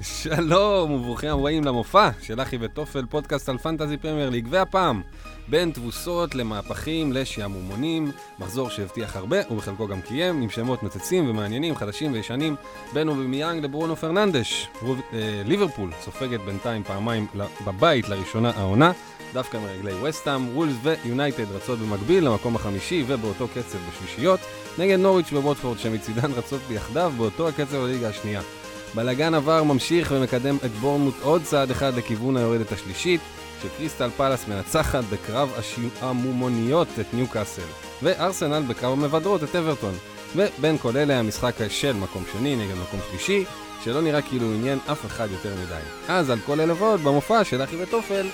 שלום וברוכים הבאים למופע של אחי וטופל, פודקאסט על פנטזי פרמייר ליג, והפעם בין תבוסות למהפכים לשעמומונים, מחזור שהבטיח הרבה ובחלקו גם קיים, עם שמות נוצצים ומעניינים, חדשים וישנים, בין אובמיאנג לברונו פרננדש. ליברפול סופגת בינתיים פעמיים בבית לראשונה העונה, דווקא מרגלי וסטהאם, וולס ויונייטד רצות במקביל למקום החמישי ובאותו קצב בשלישיות, נגד נוריץ' וווטפורד שמצידן רצות ביחדיו באותו הקצב בליגה השנייה. בלגן עבר ממשיך ומקדם את בורנמוט עוד צעד אחד לכיוון היורדת השלישית, שקריסטל פלאס מנצחת בקרב השעמומוניות את ניוקאסל, וארסנל בקרב המבדרות את אברטון. ובין כל אלה המשחק של מקום שני נגד מקום שלישי, שלא נראה כאילו עניין אף אחד יותר מדי. אז על כל אלה ועוד במופע של אחי וטופל.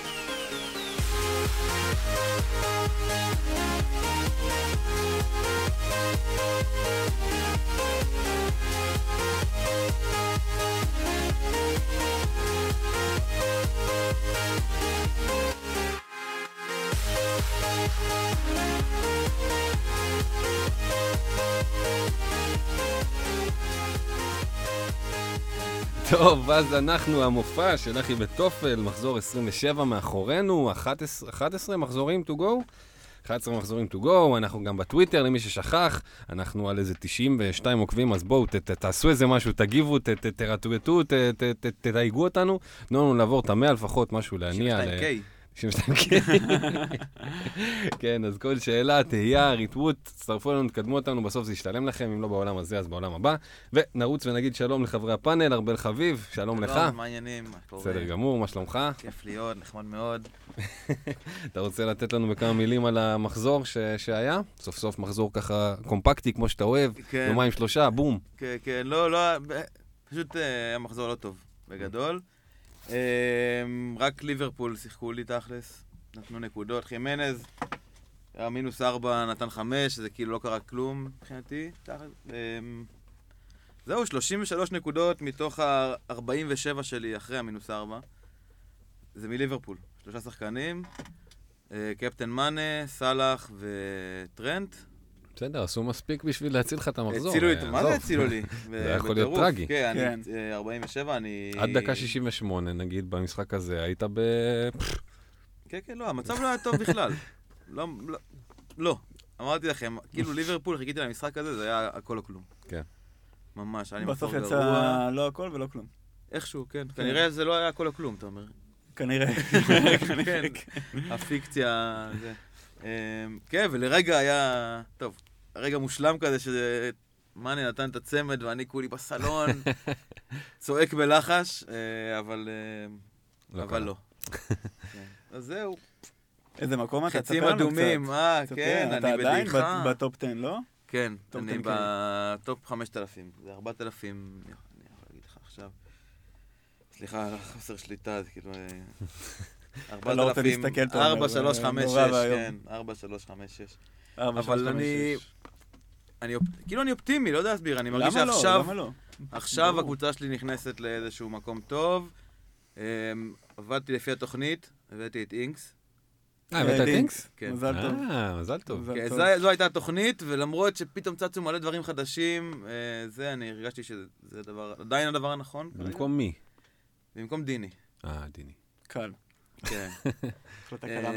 טוב, אז אנחנו המופע של אחי וטופל, מחזור 27 מאחורינו, 11 מחזורים to go, 11 מחזורים to go, אנחנו גם בטוויטר למי ששכח, אנחנו על איזה 92 עוקבים, אז בואו תעשו איזה משהו, תגיבו, תרטוטו, תדייגו אותנו, תנו לנו לעבור את 100 לפחות, משהו להניע. 92K. כן, אז כל שאלה, תהייה, ריטווט, תצטרפו לנו, תקדמו אותנו, בסוף זה ישתלם לכם, אם לא בעולם הזה, אז בעולם הבא. ונרוץ ונגיד שלום לחברי הפאנל, ארבל חביב, שלום לך. שלום, מה העניינים? בסדר גמור, מה שלומך? כיף להיות, נחמד מאוד. אתה רוצה לתת לנו בכמה מילים על המחזור שהיה? סוף סוף מחזור ככה קומפקטי, כמו שאתה אוהב, יומיים שלושה, בום. כן, לא, פשוט המחזור לא טוב, בגדול. רק ליברפול שיחקו לי תכלס, נתנו נקודות, חימנז היה -4, נתן 5, זה כאילו לא קרה כלום מבחינתי. זהו, 33 נקודות מתוך ה-47 שלי אחרי ה-4, זה מליברפול, 3 שחקנים, קפטן מאנה, סלאח וטרנט. בסדר, עשו מספיק בשביל להציל לך את המחזור. הצילו לי, מה זה הצילו לי? זה יכול להיות טרגי. כן, 47, אני... עד דקה 68, נגיד, במשחק הזה, היית ב... כן, לא, המצב לא היה טוב בכלל. לא, אמרתי לכם, כאילו ליברפול, חיכיתי למשחק הזה, זה היה הכל או כלום. כן. ממש, היה לי מחזור בסוף גרוע. יצא לא הכל ולא כלום. איכשהו, כן. כנראה זה לא היה הכל או כלום, אתה אומר. כנראה. כן, הפיקציה, זה. כן, ולרגע היה... טוב. הרגע מושלם כזה שמאנה נתן את הצמד ואני כולי בסלון, צועק בלחש, אבל לא. אז זהו. איזה מקום אתה? חצים אדומים, כן, אני בדעיכה. אתה עדיין בטופ 10, לא? כן, אני בטופ 5,000, זה 4,000, אני יכול להגיד לך עכשיו. סליחה, חוסר שליטה, זה כאילו... 4, 3, 5, 6, כן, 4, 3, 5, 6. אבל אני אופטימי, לא יודע להסביר, אני מרגיש שעכשיו הקבוצה שלי נכנסת לאיזשהו מקום טוב, עבדתי לפי התוכנית, הבאתי את אינקס. הבאת את אינקס? כן. מזל טוב. מזל טוב. זו הייתה התוכנית, ולמרות שפתאום צצו מלא דברים חדשים, אני הרגשתי שזה עדיין הדבר הנכון. במקום מי? במקום דיני. דיני. קל. כן. החלטה קלה מאוד.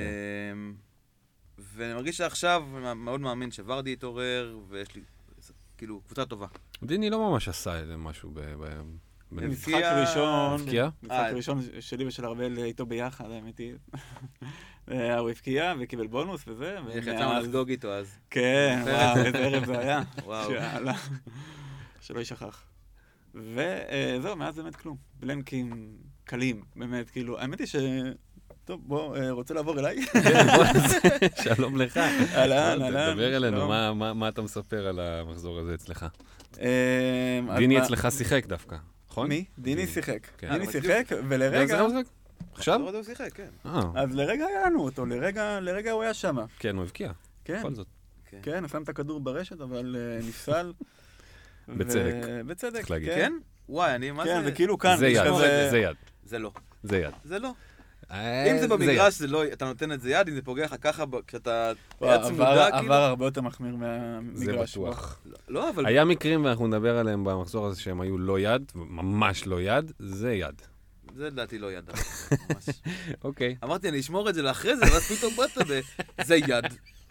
ואני מרגיש שעכשיו מאוד מאמין שוורדי התעורר, ויש לי כאילו קבוצה טובה. דיני לא ממש עשה איזה משהו משחק ראשון שלי ושל ארבל איתו ביחד, האמת היא. הוא הבקיע וקיבל בונוס וזה. איך יצאנו לחגוג איתו אז. כן, וואו, איזה ערב זה היה. וואו. שלא יישכח. וזהו, מאז באמת כלום. בלנקים קלים, באמת, כאילו, האמת היא ש... טוב, בוא, רוצה לעבור אליי? שלום לך. אהלן. דבר אלינו, מה אתה מספר על המחזור הזה אצלך? דיני אצלך שיחק דווקא, נכון? מי? דיני שיחק. דיני שיחק, ולרגע... עכשיו? הוא שיחק, כן. אז לרגע היה לנו אותו, לרגע הוא היה שם. כן, הוא הבקיע. בכל זאת. כן, שם את הכדור ברשת, אבל נפסל. בצדק. בצדק, צריך להגיד. כן? וואי, מה זה? כן, זה כאילו כאן. זה יד. זה לא. זה יד. זה לא. אם זה במגרש, אתה נותן את זה יד, אם זה פוגע לך ככה, כשאתה יד צמודה, עבר הרבה יותר מחמיר מהמגרש. זה בטוח. לא, אבל... היה מקרים, ואנחנו נדבר עליהם במחזור הזה, שהם היו לא יד, ממש לא יד, זה יד. זה לדעתי לא יד, ממש. אוקיי. אמרתי, אני אשמור את זה לאחרי זה, ואז פתאום באת זה יד.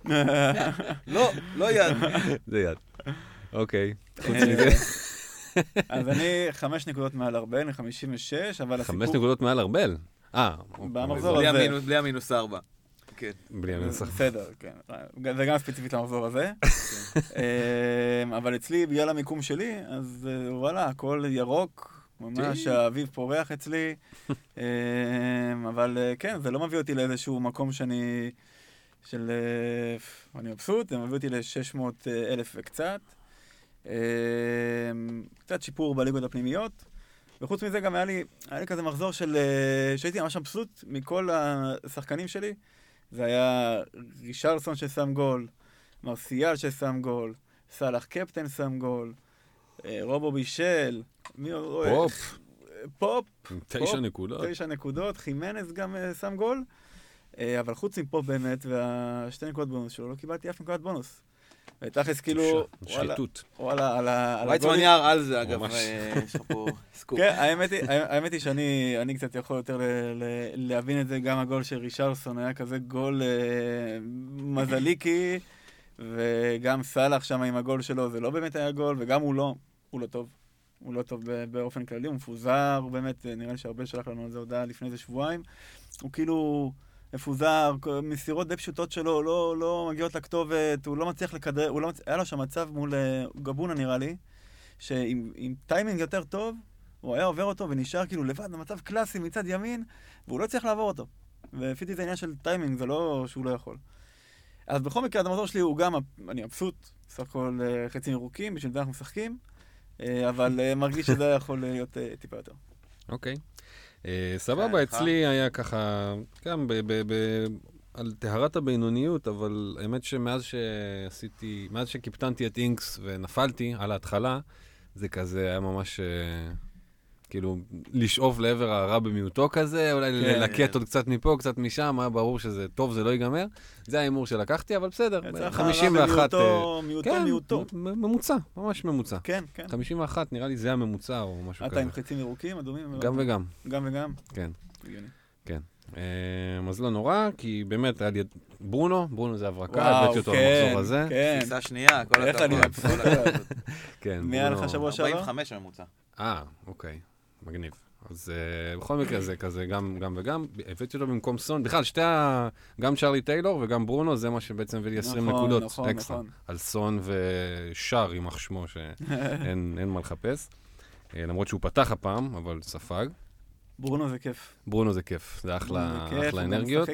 לא יד. זה יד. אוקיי. חוץ מזה. אז אני 5 נקודות מעל ארבל, אני 56, אבל הסיפור... 5 נקודות מעל ארבל? במחזור הזה. בלי המינוס 4. כן. בלי המינוס 4. בסדר, כן. זה גם ספציפית למחזור הזה. אבל אצלי, בגלל המיקום שלי, אז וואלה, הכל ירוק. ממש האביב פורח אצלי. אבל כן, זה לא מביא אותי לאיזשהו מקום שאני... אני מבסוט, זה מביא אותי ל-600,000 וקצת. קצת שיפור בליגות הפנימיות, וחוץ מזה גם היה לי כזה מחזור שהייתי ממש מבסוט מכל השחקנים שלי. זה היה רישרלסון ששם גול, מרסיאל ששם גול, סלאח קפטן שם גול, רובו בישל, פופ, 9 נקודות. 9 נקודות, חימנס גם שם גול, אבל חוץ מפופ באמת, והשתי נקודות בונוס שלו, לא קיבלתי אף נקודת בונוס. ותכלס כאילו, שחיתות. וואלה, על הגולים. ויצמן יער על זה, אגב, יש לך פה סקופ. כן, האמת היא שאני קצת יכול יותר להבין את זה, גם הגול של רישרלסון היה כזה גול מזליקי, וגם סלאח שם עם הגול שלו, זה לא באמת היה גול, וגם הוא לא טוב. הוא לא טוב באופן כללי, הוא מפוזר, באמת, נראה לי שהרבה שלח לנו על זה הודעה לפני איזה שבועיים. הוא כאילו... מפוזר, מסירות די פשוטות שלו, לא מגיעות לכתובת, הוא לא מצליח לקדר, היה לו שם מצב מול גבונה נראה לי, שעם טיימינג יותר טוב, הוא היה עובר אותו ונשאר כאילו לבד, במצב קלאסי מצד ימין, והוא לא צריך לעבור אותו. ופיתי זה עניין של טיימינג, זה לא שהוא לא יכול. אז בכל מקרה, המחזור שלי הוא גם, אני מבסוט, סך הכל חצים ירוקים, בשביל זה אנחנו משחקים, אבל מרגיש שזה יכול להיות טיפה יותר. אוקיי. סבבה, אצלי היה ככה, גם על טהרת הבינוניות, אבל האמת שמאז שקיפטנתי את אינקס ונפלתי על ההתחלה, זה כזה היה ממש, כאילו, לשאוף לעבר הרע במיעוטו כזה, אולי ללקט עוד קצת מפה, קצת משם, היה ברור שזה טוב, זה לא ייגמר. זה האימור שלקחתי, אבל בסדר, 51... מיעוטו. ממוצע, ממש ממוצע. כן, כן. 51, נראה לי זה הממוצע או משהו כזה. אתה עם חצים ירוקים, אדומים? גם וגם. גם וגם? כן. כן. אז לא נורא, כי באמת היה לי את ברונו זה הברקה, הבאתי אותו למחזור הזה. כן, תפיסה שנייה, כל איך אני מבסוט. כן. מי היה לך שבוע שעבר? 45 הממוצע. אוקיי. מגניב. אז בכל מקרה זה כזה גם וגם, הבאתי אותו במקום סון, בכלל גם צ'רלי טיילור וגם ברונו, זה מה שבעצם הביא לי 20 נקודות אקסטרה, על סון ושר יימח שמו שאין מה לחפש, למרות שהוא פתח הפעם, אבל ספג. ברונו זה כיף. זה אחלה אנרגיות.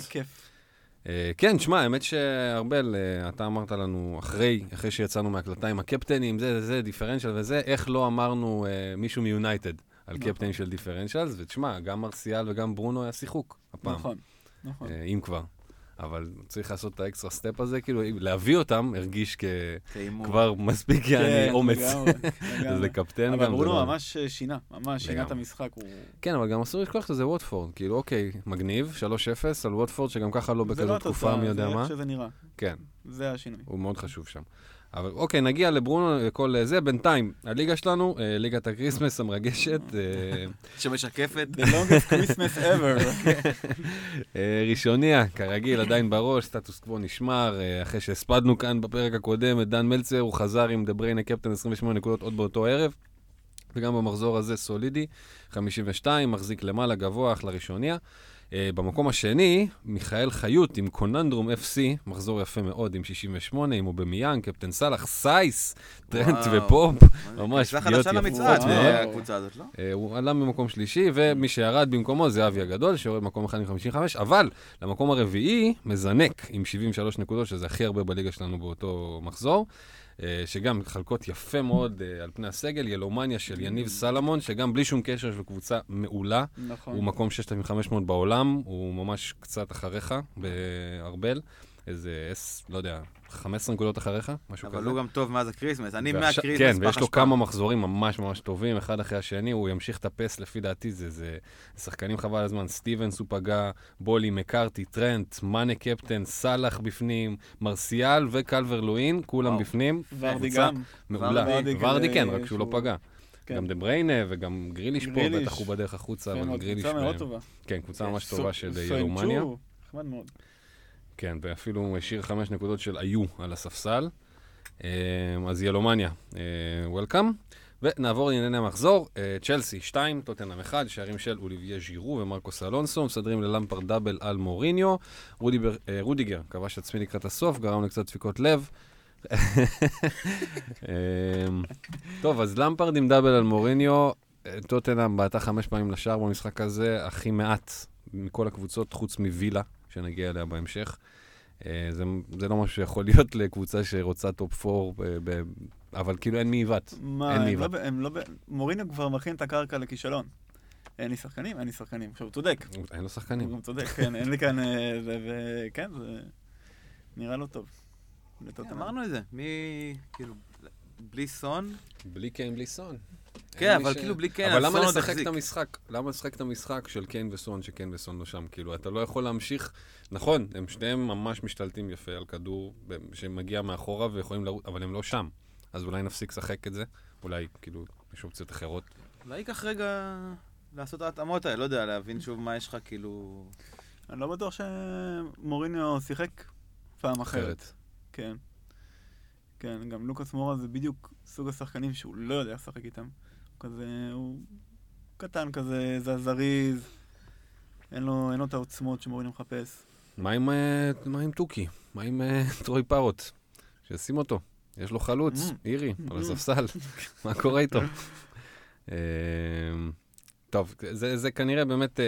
כן, תשמע, האמת שהרבל, אתה אמרת לנו אחרי שיצאנו מהקלטה עם הקפטנים, זה דיפרנציאל וזה, איך לא אמרנו מישהו מיונייטד על קפטנים של דיפרנציאלס, ותשמע, גם מרסיאל וגם ברונו היה שיחוק הפעם. נכון. אם כבר. אבל צריך לעשות את האקסטרה סטפ הזה, כאילו להביא אותם הרגיש כבר מספיק אומץ. זה קפטן גם. אבל ברונו ממש שינה את המשחק. כן, אבל גם אסור לשכוח שזה ווטפורד. כאילו, אוקיי, מגניב, 3-0 על ווטפורד, שגם ככה לא בכזאת תקופה מי יודע מה. זה לא התוצאה, זה איך שזה נראה. כן. זה השינוי. הוא מאוד חשוב שם. אבל אוקיי, נגיע לברונו וכל זה. בינתיים, הליגה שלנו, ליגת הקריסמס המרגשת. שמשקפת. The longest Christmas ever. ראשוניה, כרגיל, עדיין בראש, סטטוס קוו נשמר. אחרי שהספדנו כאן בפרק הקודם, את דן מלצר, הוא חזר עם דבריינה קפטן 28 נקודות עוד באותו ערב. וגם במחזור הזה סולידי, 52, מחזיק למעלה גבוה, אחלה ראשוניה. במקום השני, מיכאל חיות עם קוננדרום FC, מחזור יפה מאוד עם 68, עם אובמיאנג, קפטן סלאח, סייס, טרנט ופופ, ממש פגיעות יפות. הקבוצה הזאת, לא? הוא עלה ממקום שלישי, ומי שירד במקומו זה אבי הגדול, שיורד במקום 1 עם 55, אבל למקום הרביעי מזנק עם 73 נקודות, שזה הכי הרבה בליגה שלנו באותו מחזור. שגם חלקות יפה מאוד על פני הסגל, ילומניה של יניב סלמון, שגם בלי שום קשר של קבוצה מעולה, נכון. הוא מקום 6,500 בעולם, הוא ממש קצת אחריך בארבל, איזה, לא יודע, 15 נקודות אחריך, משהו כזה. אבל הוא גם טוב מאז הקריסמס, אני מהקריסמס כן, ויש לו כמה מחזורים ממש ממש טובים, אחד אחרי השני, הוא ימשיך לטפס לפי דעתי, זה שחקנים חבל הזמן, סטיבנס הוא פגע, בולי, מקארטי, טרנט, מאנה קפטן, סלאח בפנים, מרסיאל וקלבר לואין, כולם בפנים. ורדי גם. מעולה. ורדי כן, רק שהוא לא פגע. גם דה בריינה וגם גריליש פה, בטח הוא בדרך החוצה, אבל גריליש... קבוצה מאוד טובה. כן, קבוצה ממש טובה של ילומניה. נחמד מאוד. כן, ואפילו הוא השאיר 5 נקודות של איו על הספסל. אז ילומניה, וולקאם. ונעבור לענייני המחזור. צ'לסי 2, טוטנהאם 1, שערים של אוליביה ז'ירו ומרקוס אלונסו, מסדרים ללמפרד דאבל על מוריניו. רודיגר כבש עצמי לקראת הסוף, גרם לקצת דפיקות לב. טוב, אז למפרד עם דאבל על מוריניו, טוטנהאם בעטה 5 פעמים לשער במשחק הזה, הכי מעט מכל הקבוצות, חוץ מווילה, שנגיע אליה בהמשך. זה לא משהו שיכול להיות לקבוצה שרוצה טופ 4, אבל כאילו אין מעיוות. מוריניו כבר מכין את הקרקע לכישלון. אין לי שחקנים. עכשיו הוא צודק. אין לו שחקנים. הוא צודק, כן, אין לי כאן, וכן, זה נראה לא טוב. אמרנו את זה, כאילו, בלי סון. בלי קיין, בלי סון. כן, אבל כאילו בלי קיין, אבל למה לשחק את המשחק? למה לשחק את המשחק של קיין וסון, שקיין וסון לא שם? כאילו, אתה לא יכול להמשיך... נכון, הם שניהם ממש משתלטים יפה על כדור, שמגיע מאחורה ויכולים לרוץ, אבל הם לא שם. אז אולי נפסיק לשחק את זה? אולי, כאילו, יש אופציות אחרות. אולי ייקח רגע לעשות את ההתאמות האלה, לא יודע, להבין שוב מה יש לך, כאילו... אני לא בטוח שמוריניו שיחק פעם אחרת. כן. כן, גם לוקאס מורה זה בדיוק סוג השחקנים שהוא לא יודע לשחק איתם. הוא קטן כזה, זריז, אין לו את העוצמות שמוריניו מחפש. מה עם טוקי? מה עם טרוי פארוט? שישים אותו. יש לו חלוץ, אירי, על הספסל. מה קורה איתו? טוב, זה כנראה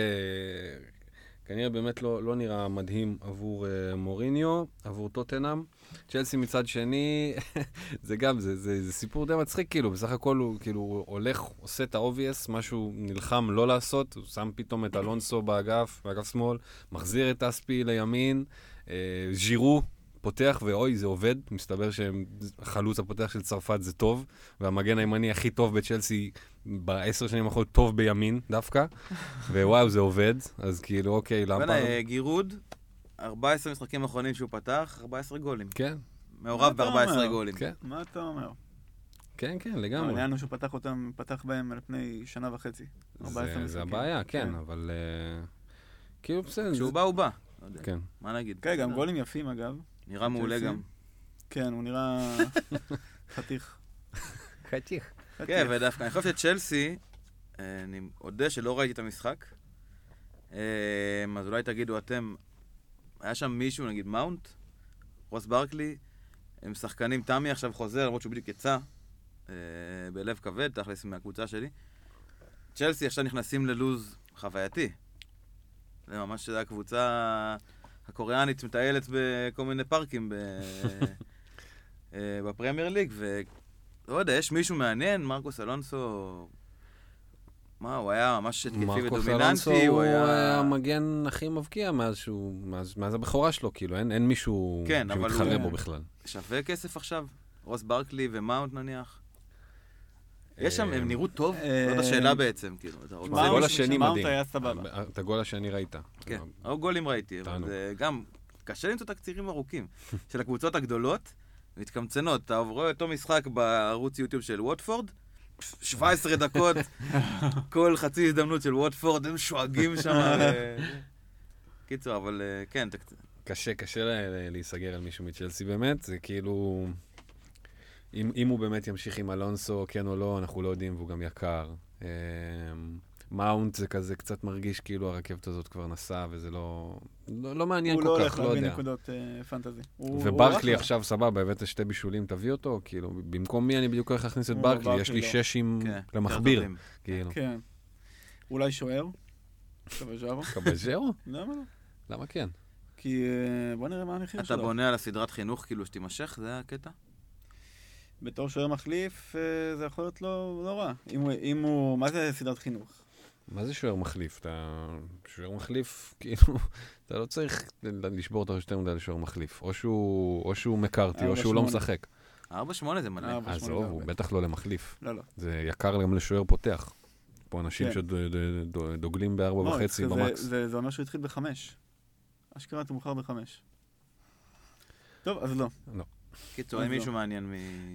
באמת לא נראה מדהים עבור מוריניו, עבור טוטנהאם. צ'לסי מצד שני, זה סיפור די מצחיק, כאילו, בסך הכל הוא כאילו הולך, עושה את האובייס, משהו נלחם לא לעשות, הוא שם פתאום את אלונסו באגף שמאל, מחזיר את אספי לימין, ז'ירו פותח, ואוי, זה עובד, מסתבר שהחלוץ הפותח של צרפת זה טוב, והמגן הימני הכי טוב בצ'לסי ב10 שנים האחרונות טוב בימין דווקא, ווואו, זה עובד, אז כאילו, אוקיי, למפרד. גירוד, 14 משחקים האחרונים שהוא פתח, 14 גולים. כן. מעורב ב-14 גולים. כן. מה אתה אומר? כן, לגמרי. העניין הוא שהוא פתח בהם על פני שנה וחצי. זה הבעיה, כן, אבל כאילו בסדר. כשהוא בא, הוא בא. כן. מה נגיד? כן, גם גולים יפים אגב. נראה מעולה גם. כן, הוא נראה חתיך. כן, ודווקא אני חושב שצ'לסי, אני יודע שלא ראיתי את המשחק, אז אולי תגידו אתם, היה שם מישהו, נגיד מאונט, רוס ברקלי, הם שחקנים, תמי עכשיו חוזר, למרות שהוא בדיוק יצא, בלב כבד, תכלס מהקבוצה שלי. צ'לסי עכשיו נכנסים ללוז חווייתי. זה ממש שזה הקבוצה הקוריאנית מטיילת בכל מיני פארקים בפרמייר ליג, ולא יודע, יש מישהו מעניין, מרקוס אלונסו, מה, הוא היה ממש התקפי ודומיננטי, מרקוס אלונסו הוא היה המגן הכי מבקיע מאז הבכורה שלו, כאילו, אין מישהו שמתחרה בו בכלל. שווה כסף עכשיו? רוס ברקלי ומאונט נניח? יש שם, הם נראו טוב? זאת השאלה בעצם, כאילו. הגול השני מדהים. מאונט היה סבבה. את הגול השני ראית. כן, או גולים ראיתי, אבל זה גם קשה למצוא תקצירים ארוכים של הקבוצות הגדולות, מתקמצנות. אתה רואה אותו משחק בערוץ יוטיוב של ווטפורד, 17 דקות, כל חצי הזדמנות של ווטפורד, הם שואגים שם. קיצור, אבל כן. קשה להיסגר על מישהו מצ'לסי באמת, זה כאילו... אם הוא באמת ימשיך עם אלונסו, כן או לא, אנחנו לא יודעים, והוא גם יקר. מאונט זה כזה קצת מרגיש כאילו הרכבת הזאת כבר נסעה, וזה לא מעניין כל כך, לא יודע. הוא לא הולך להביא נקודות פנטזי. וברקלי עכשיו סבבה, הבאת 2 בישולים, תביא אותו, כאילו, במקום מי אני בדיוק הולך להכניס את ברקלי? יש לי 6 למחביר, כאילו. כן. אולי שוער? קבז'רו? קבז'רו? למה לא? למה כן? כי בוא נראה מה המחיר שלו. אתה בונה על הסדרת חינוך כאילו שתימשך? זה הקטע? בתור שוער מחליף, זה יכול להיות לא רע. אם הוא... מה זה סדרת חינוך? מה זה שוער מחליף? שוער מחליף, כאילו, אתה לא צריך לשבור אותו יותר מדי לשוער מחליף. או שהוא מקרתי, או שהוא לא משחק. 4-8 זה מלא. עזוב, הוא בטח לא למחליף. לא. זה יקר גם לשוער פותח. פה אנשים שדוגלים ב4.5 במקס. זה אומר שהוא התחיל ב5. אשכרה אתה מוכר ב5. טוב, אז לא. לא. קיצור, אין מישהו מעניין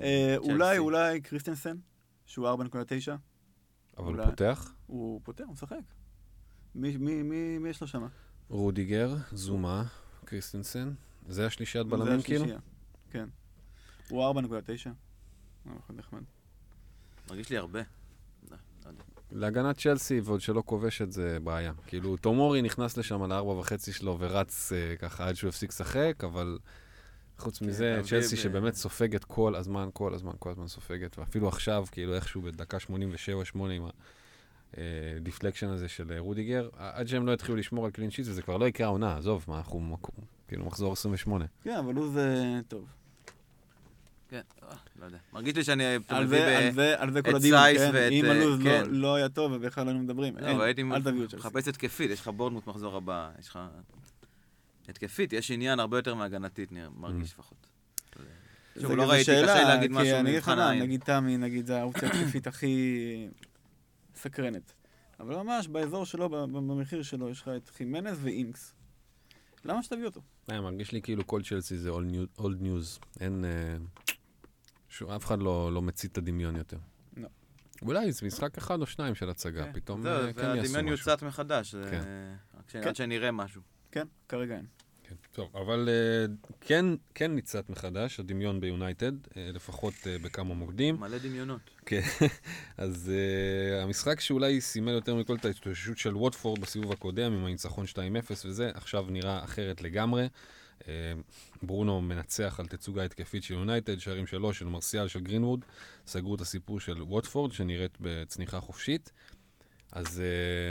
אולי קריסטנסן, שהוא 4.9. אבל הוא פותח? הוא פותח, הוא משחק. מי יש לו שם? רודיגר, זומה, קריסטנסן. זה השלישיית בלמים כאילו? כן. הוא 4.9. נחמד. מרגיש לי הרבה. להגנת צ'לסי, ועוד שלא כובש את זה בעיה. כאילו, תומורי נכנס לשם על 4.5 שלו ורץ ככה עד שהוא הפסיק לשחק, אבל חוץ מזה, צ'לסי שבאמת סופגת כל הזמן סופגת, ואפילו עכשיו, כאילו איכשהו בדקה 87-8 עם הדיפלקשן הזה של רודיגר, עד שהם לא התחילו לשמור על קלין שיט, וזה כבר לא יקרה עונה, עזוב, מה אנחנו כאילו מחזור 28. כן, אבל הוא זה טוב. כן, לא יודע. מרגיש לי שאני על זה כל הדיון, כן? אם הלוז לא היה טוב, ובכלל לא מדברים. אל תביאו צ'לסי. חפש התקפית, יש לך בורנמוט מחזור הבא, יש לך התקפית, יש עניין הרבה יותר מהגנתית, מרגיש לפחות. שוב, לא ראיתי, קשה לי להגיד משהו מבחן העין. נגיד תמי, נגיד, זה האופציה התקפית הכי סקרנת. אבל ממש, באזור שלו, במחיר שלו, יש לך את חימנס ואינקס. למה שתביא אותו? מרגיש לי כאילו כל צ'לסי זה old news. אין... אף אחד לא מצית את הדמיון יותר. לא. אולי זה משחק אחד או שניים של הצגה, פתאום כן יעשו משהו. הדמיון יוצאת מחדש, רק שנראה משהו. כן, כרגע אין. טוב, אבל כן ניצת מחדש, הדמיון ביונייטד, לפחות בכמה מוקדים. מלא דמיונות. כן, אז המשחק שאולי סימל יותר מכל את ההתאוששות של ווטפורד בסיבוב הקודם, עם הניצחון 2-0 וזה, עכשיו נראה אחרת לגמרי. ברונו מנצח על תצוגה התקפית של יונייטד, שערים שלו, של מרסיאל, של גרינווד, סגרו את הסיפור של ווטפורד, שנראית בצניחה חופשית. אז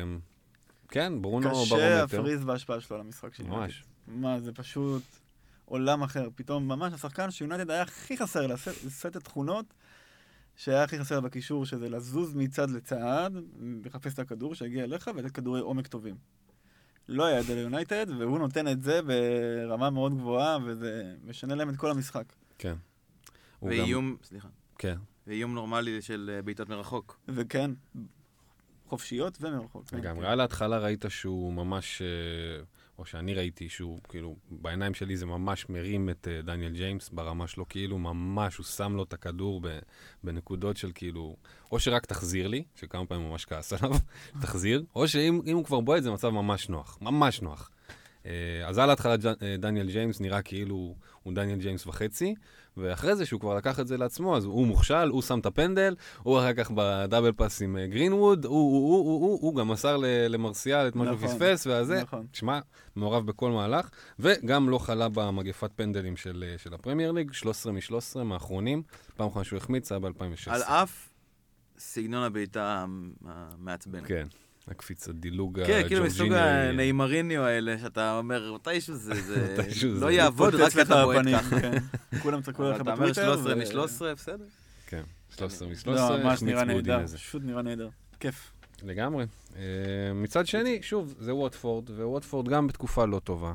כן, ברונו ברומטר. קשה הפריז וההשפעה שלו על המשחק של יונייטד. ממש. זה פשוט עולם אחר. פתאום ממש השחקן שיונייטד היה הכי חסר, לסט את תכונות שהיה הכי חסר בקישור, שזה לזוז מצד לצד, לחפש את הכדור שהגיע אליך, ולתת כדורי עומק טובים. לא היה את זה ליונייטד, והוא נותן את זה ברמה מאוד גבוהה, וזה משנה להם את כל המשחק. כן. ואיום, סליחה. כן. ואיום נורמלי של בעיטות מרחוק. וכן, חופשיות ומרחוק. לגמרי. על ההתחלה ראית שהוא ממש, או שאני ראיתי שהוא, כאילו, בעיניים שלי זה ממש מרים את דניאל ג'יימס ברמה שלו, כאילו, ממש הוא שם לו את הכדור בנקודות של כאילו, או שרק תחזיר לי, שכמה פעמים ממש כעס עליו, תחזיר, או שאם הוא כבר בועט זה מצב ממש נוח, ממש נוח. אז על ההתחלה דניאל ג'יימס נראה כאילו הוא דניאל ג'יימס וחצי, ואחרי זה שהוא כבר לקח את זה לעצמו, אז הוא מוכשל, הוא שם את הפנדל, הוא אחר כך בדאבל פאס עם גרינווד, הוא גם מסר למרסיאל את מה שהוא פספס, והזה, תשמע, מעורב בכל מהלך, וגם לא חלה במגפת פנדלים של הפרמייר ליג, 13 מ-13 מהאחרונים, פעם אחת שהוא החמיץ, היה ב-2016. על אף סגנון הבעיטה המעצבן. כן. הקפיצה דילוג כן, כאילו מסוג הנאמריניו האלה, שאתה אומר, מתישהו זה לא יעבוד, רק אתה בועט ככה. כולם צחקו עליך בטוויטר. אתה אומר 13 מ-13, בסדר? כן, 13 מ-13. לא, ממש נראה נהדר, פשוט נראה נהדר. כיף. לגמרי. מצד שני, שוב, זה ווטפורד, וווטפורד גם בתקופה לא טובה,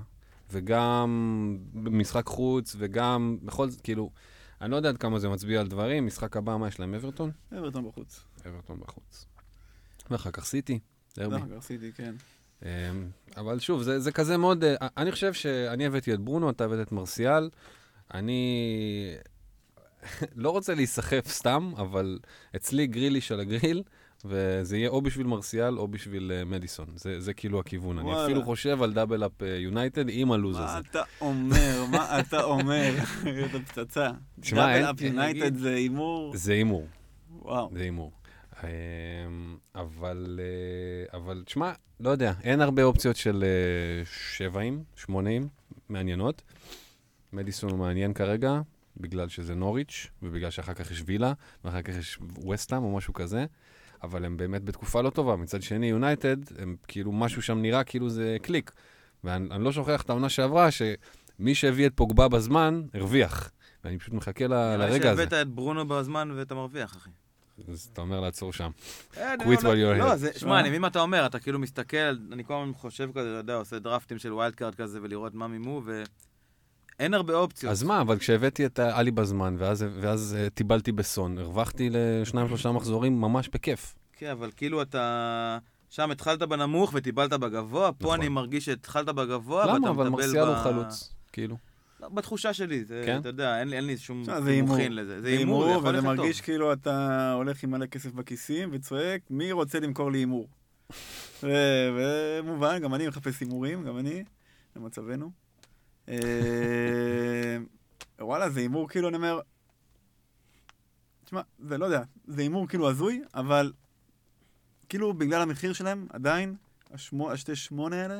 וגם במשחק חוץ, וגם בכל זאת, כאילו, אני לא יודע עד כמה זה מצביע על דברים, משחק הבא, מה יש להם? אברטון? אברטון בחוץ. אברטון בחוץ. ואחר כך סיטי. סיטי, כן. אבל שוב, זה כזה מאוד, אני חושב שאני הבאתי את ברונו, אתה הבאת את מרסיאל, אני לא רוצה להיסחף סתם, אבל אצלי גריליש על הגריל, וזה יהיה או בשביל מרסיאל או בשביל מדיסון. זה כאילו הכיוון. אני אפילו חושב על דאבל אפ יונייטד עם הלוז הזה. מה אתה אומר? אתה פצצה. דאבל אפ יונייטד זה אימור? זה אימור. וואו. זה אימור. אבל תשמע, לא יודע, אין הרבה אופציות של 7, 8 מעניינות. מדיסון הוא מעניין כרגע, בגלל שזה נוריץ', ובגלל שאחר כך יש וילה, ואחר כך יש ווסטהאם או משהו כזה, אבל הם באמת בתקופה לא טובה. מצד שני, יונייטד, הם כאילו משהו שם נראה כאילו זה קליק. ואני לא שוכח את העונה שעברה, שמי שהביא את פוגבה בזמן, הרוויח. ואני פשוט מחכה לרגע הזה. שהבאת את ברונו בזמן ואתה מרוויח, אחי. אז אתה אומר לעצור שם. quit while you're לא, שמע, אני מבין מה אתה אומר, אתה כאילו מסתכל, אני כל הזמן חושב כזה, אתה יודע, עושה דרפטים של ווילד קארד כזה, ולראות מה מימו, ואין הרבה אופציות. אז מה, אבל כשהבאתי את עלי בזמן, ואז טיבלתי בסון, הרווחתי ל2-3 מחזורים ממש בכיף. כן, אבל כאילו אתה... שם התחלת בנמוך וטיבלת בגבוה, פה אני מרגיש שהתחלת בגבוה, ואתה מטבל ב... למה? אבל מרסיאל הוא חלוץ, כאילו. בתחושה שלי, כן? אתה יודע, אין לי שום מוכין לזה. זה הימור, וזה מרגיש כאילו אתה הולך עם מלא כסף בכיסים וצועק, מי רוצה למכור לי הימור? ומובן, גם אני מחפש הימורים, גם אני, למצבנו. וואלה, זה הימור כאילו, אני אומר, תשמע, זה לא יודע, זה הימור כאילו הזוי, אבל כאילו בגלל המחיר שלהם, עדיין, השתי 8 האלה,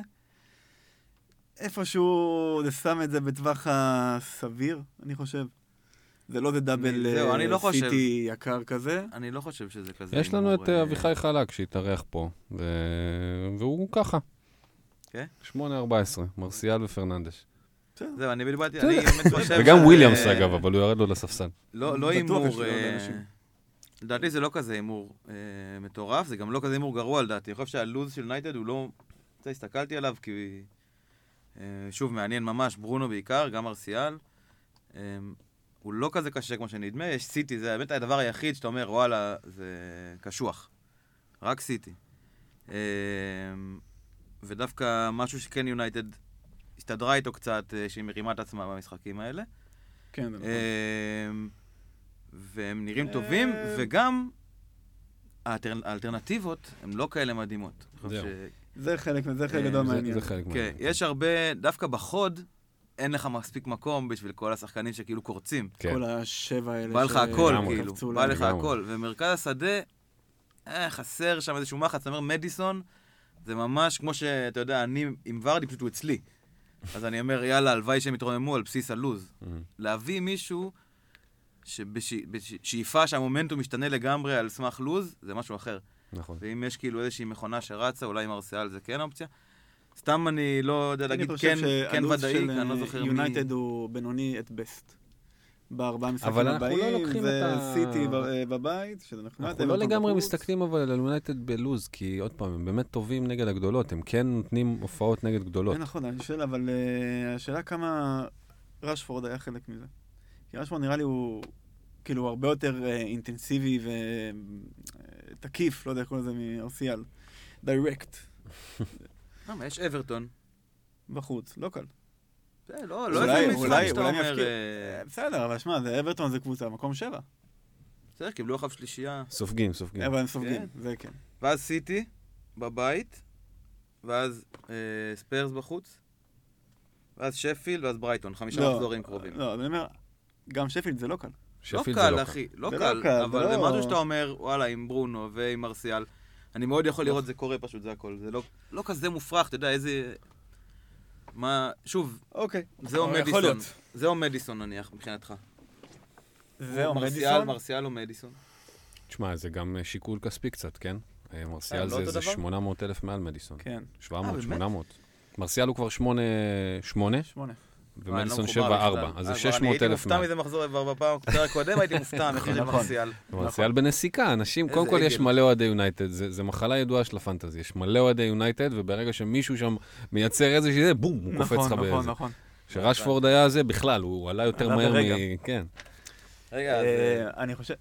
איפשהו זה שם את זה בטווח הסביר, אני חושב. זה לא זה דאבל סיטי יקר כזה. אני לא חושב שזה כזה. יש לנו את אביחי חלק שהתארח פה, והוא ככה. כן? 8-14, מרסיאל ופרננדש. זהו, אני בלבדתי, אני באמת חושב... וגם וויליאמס אגב, אבל הוא ירד לו לספסל. לא הימור... לדעתי זה לא כזה הימור מטורף, זה גם לא כזה הימור גרוע לדעתי. אני חושב שהלוז של נייטד הוא לא... הסתכלתי עליו כי... שוב, מעניין ממש, ברונו בעיקר, גם מרסיאל. הוא לא כזה קשה כמו שנדמה, יש סיטי, זה באמת הדבר היחיד שאתה אומר, וואלה, זה קשוח. רק סיטי. ודווקא משהו שכן יונייטד הסתדרה איתו קצת, שהיא מרימה את עצמה במשחקים האלה. כן, זה נכון. והם נראים טובים, וגם האלטרנטיבות הן לא כאלה מדהימות. זה חלק גדול מעניין. כן, יש הרבה, דווקא בחוד, אין לך מספיק מקום בשביל כל השחקנים שכאילו קורצים. כל השבע האלה. בא לך הכל, כאילו. בא לך הכל. ומרכז השדה, חסר שם איזשהו מחץ. זאת אומרת, מדיסון, זה ממש כמו שאתה יודע, אני עם ורדי פשוט הוא אצלי. אז אני אומר, יאללה, הלוואי שהם יתרוממו על בסיס הלוז. להביא מישהו שבשאיפה שהמומנטום משתנה לגמרי על סמך לוז, זה משהו אחר. נכון. ואם יש כאילו איזושהי מכונה שרצה, אולי עם ארסיאל זה כן אופציה. סתם אני לא יודע להגיד כן ודאי, אני לא זוכר מי... יונייטד הוא בינוני את בסט. בארבעה משחקים הבאים, זה סיטי בבית, שזה נחמד. אנחנו לא לגמרי מסתכלים אבל על יונייטד בלוז, כי עוד פעם, הם באמת טובים נגד הגדולות, הם כן נותנים הופעות נגד גדולות. זה נכון, אני שואל, אבל השאלה כמה רשפורד היה חלק מזה. כי רשפורד נראה לי הוא כאילו הרבה יותר אינטנסיבי ותקיף, לא יודע איך קוראים לזה מארסיאל. דיירקט. יש אברטון. בחוץ, לא קל. לא איזה משחק שאתה אומר... בסדר, אבל שמע, אברטון זה קבוצה, מקום 7. בסדר, קיבלו אחר שלישייה. סופגים. אבל הם סופגים, זה כן. ואז סיטי, בבית, ואז ספיירס בחוץ, ואז שפילד, ואז ברייטון, 5 מחזורים קרובים. לא, אני אומר, גם שפילד זה לא קל. לא קל, אחי, לא קל, אבל זה משהו שאתה אומר, וואלה, עם ברונו ועם מרסיאל, אני מאוד יכול לראות זה קורה פשוט, זה הכל. זה לא כזה מופרך, אתה יודע, איזה... מה, שוב, זהו מדיסון. זהו מדיסון נניח, מבחינתך. זהו מדיסון? מרסיאל או מדיסון? תשמע, זה גם שיקול כספי קצת, כן? מרסיאל זה 800,000 מעל מדיסון. כן. 700, 800. מרסיאל הוא כבר 8? ומדיסון 7-4, אז זה 600,000 מעל. הייתי מופתע מזה מחזור בפעם הקודם, הייתי מופתע מחיר מרסיאל. מרסיאל בנסיקה, אנשים, קודם כל יש מלא אוהדי יונייטד, זה מחלה ידועה של הפנטזי, יש מלא אוהדי יונייטד, וברגע שמישהו שם מייצר איזה שזה, בום, הוא קופץ לך באיזה. נכון. שרשפורד היה זה בכלל, הוא עלה יותר מהר כן. רגע, אני חושב...